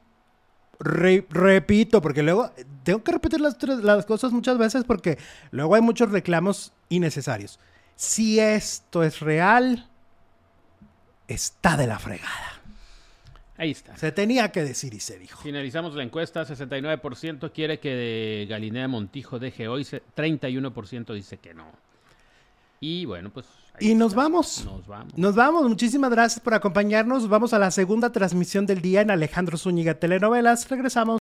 A: Repito, porque luego tengo que repetir las cosas muchas veces porque luego hay muchos reclamos innecesarios. Si esto es real, está de la fregada.
B: Ahí está.
A: Se tenía que decir y se dijo.
B: Finalizamos la encuesta. 69% quiere que Galilea Montijo deje hoy. 31% dice que no. Y bueno, pues
A: Y nos vamos. Nos vamos. Muchísimas gracias por acompañarnos. Vamos a la segunda transmisión del día en Alejandro Zúñiga Telenovelas. Regresamos.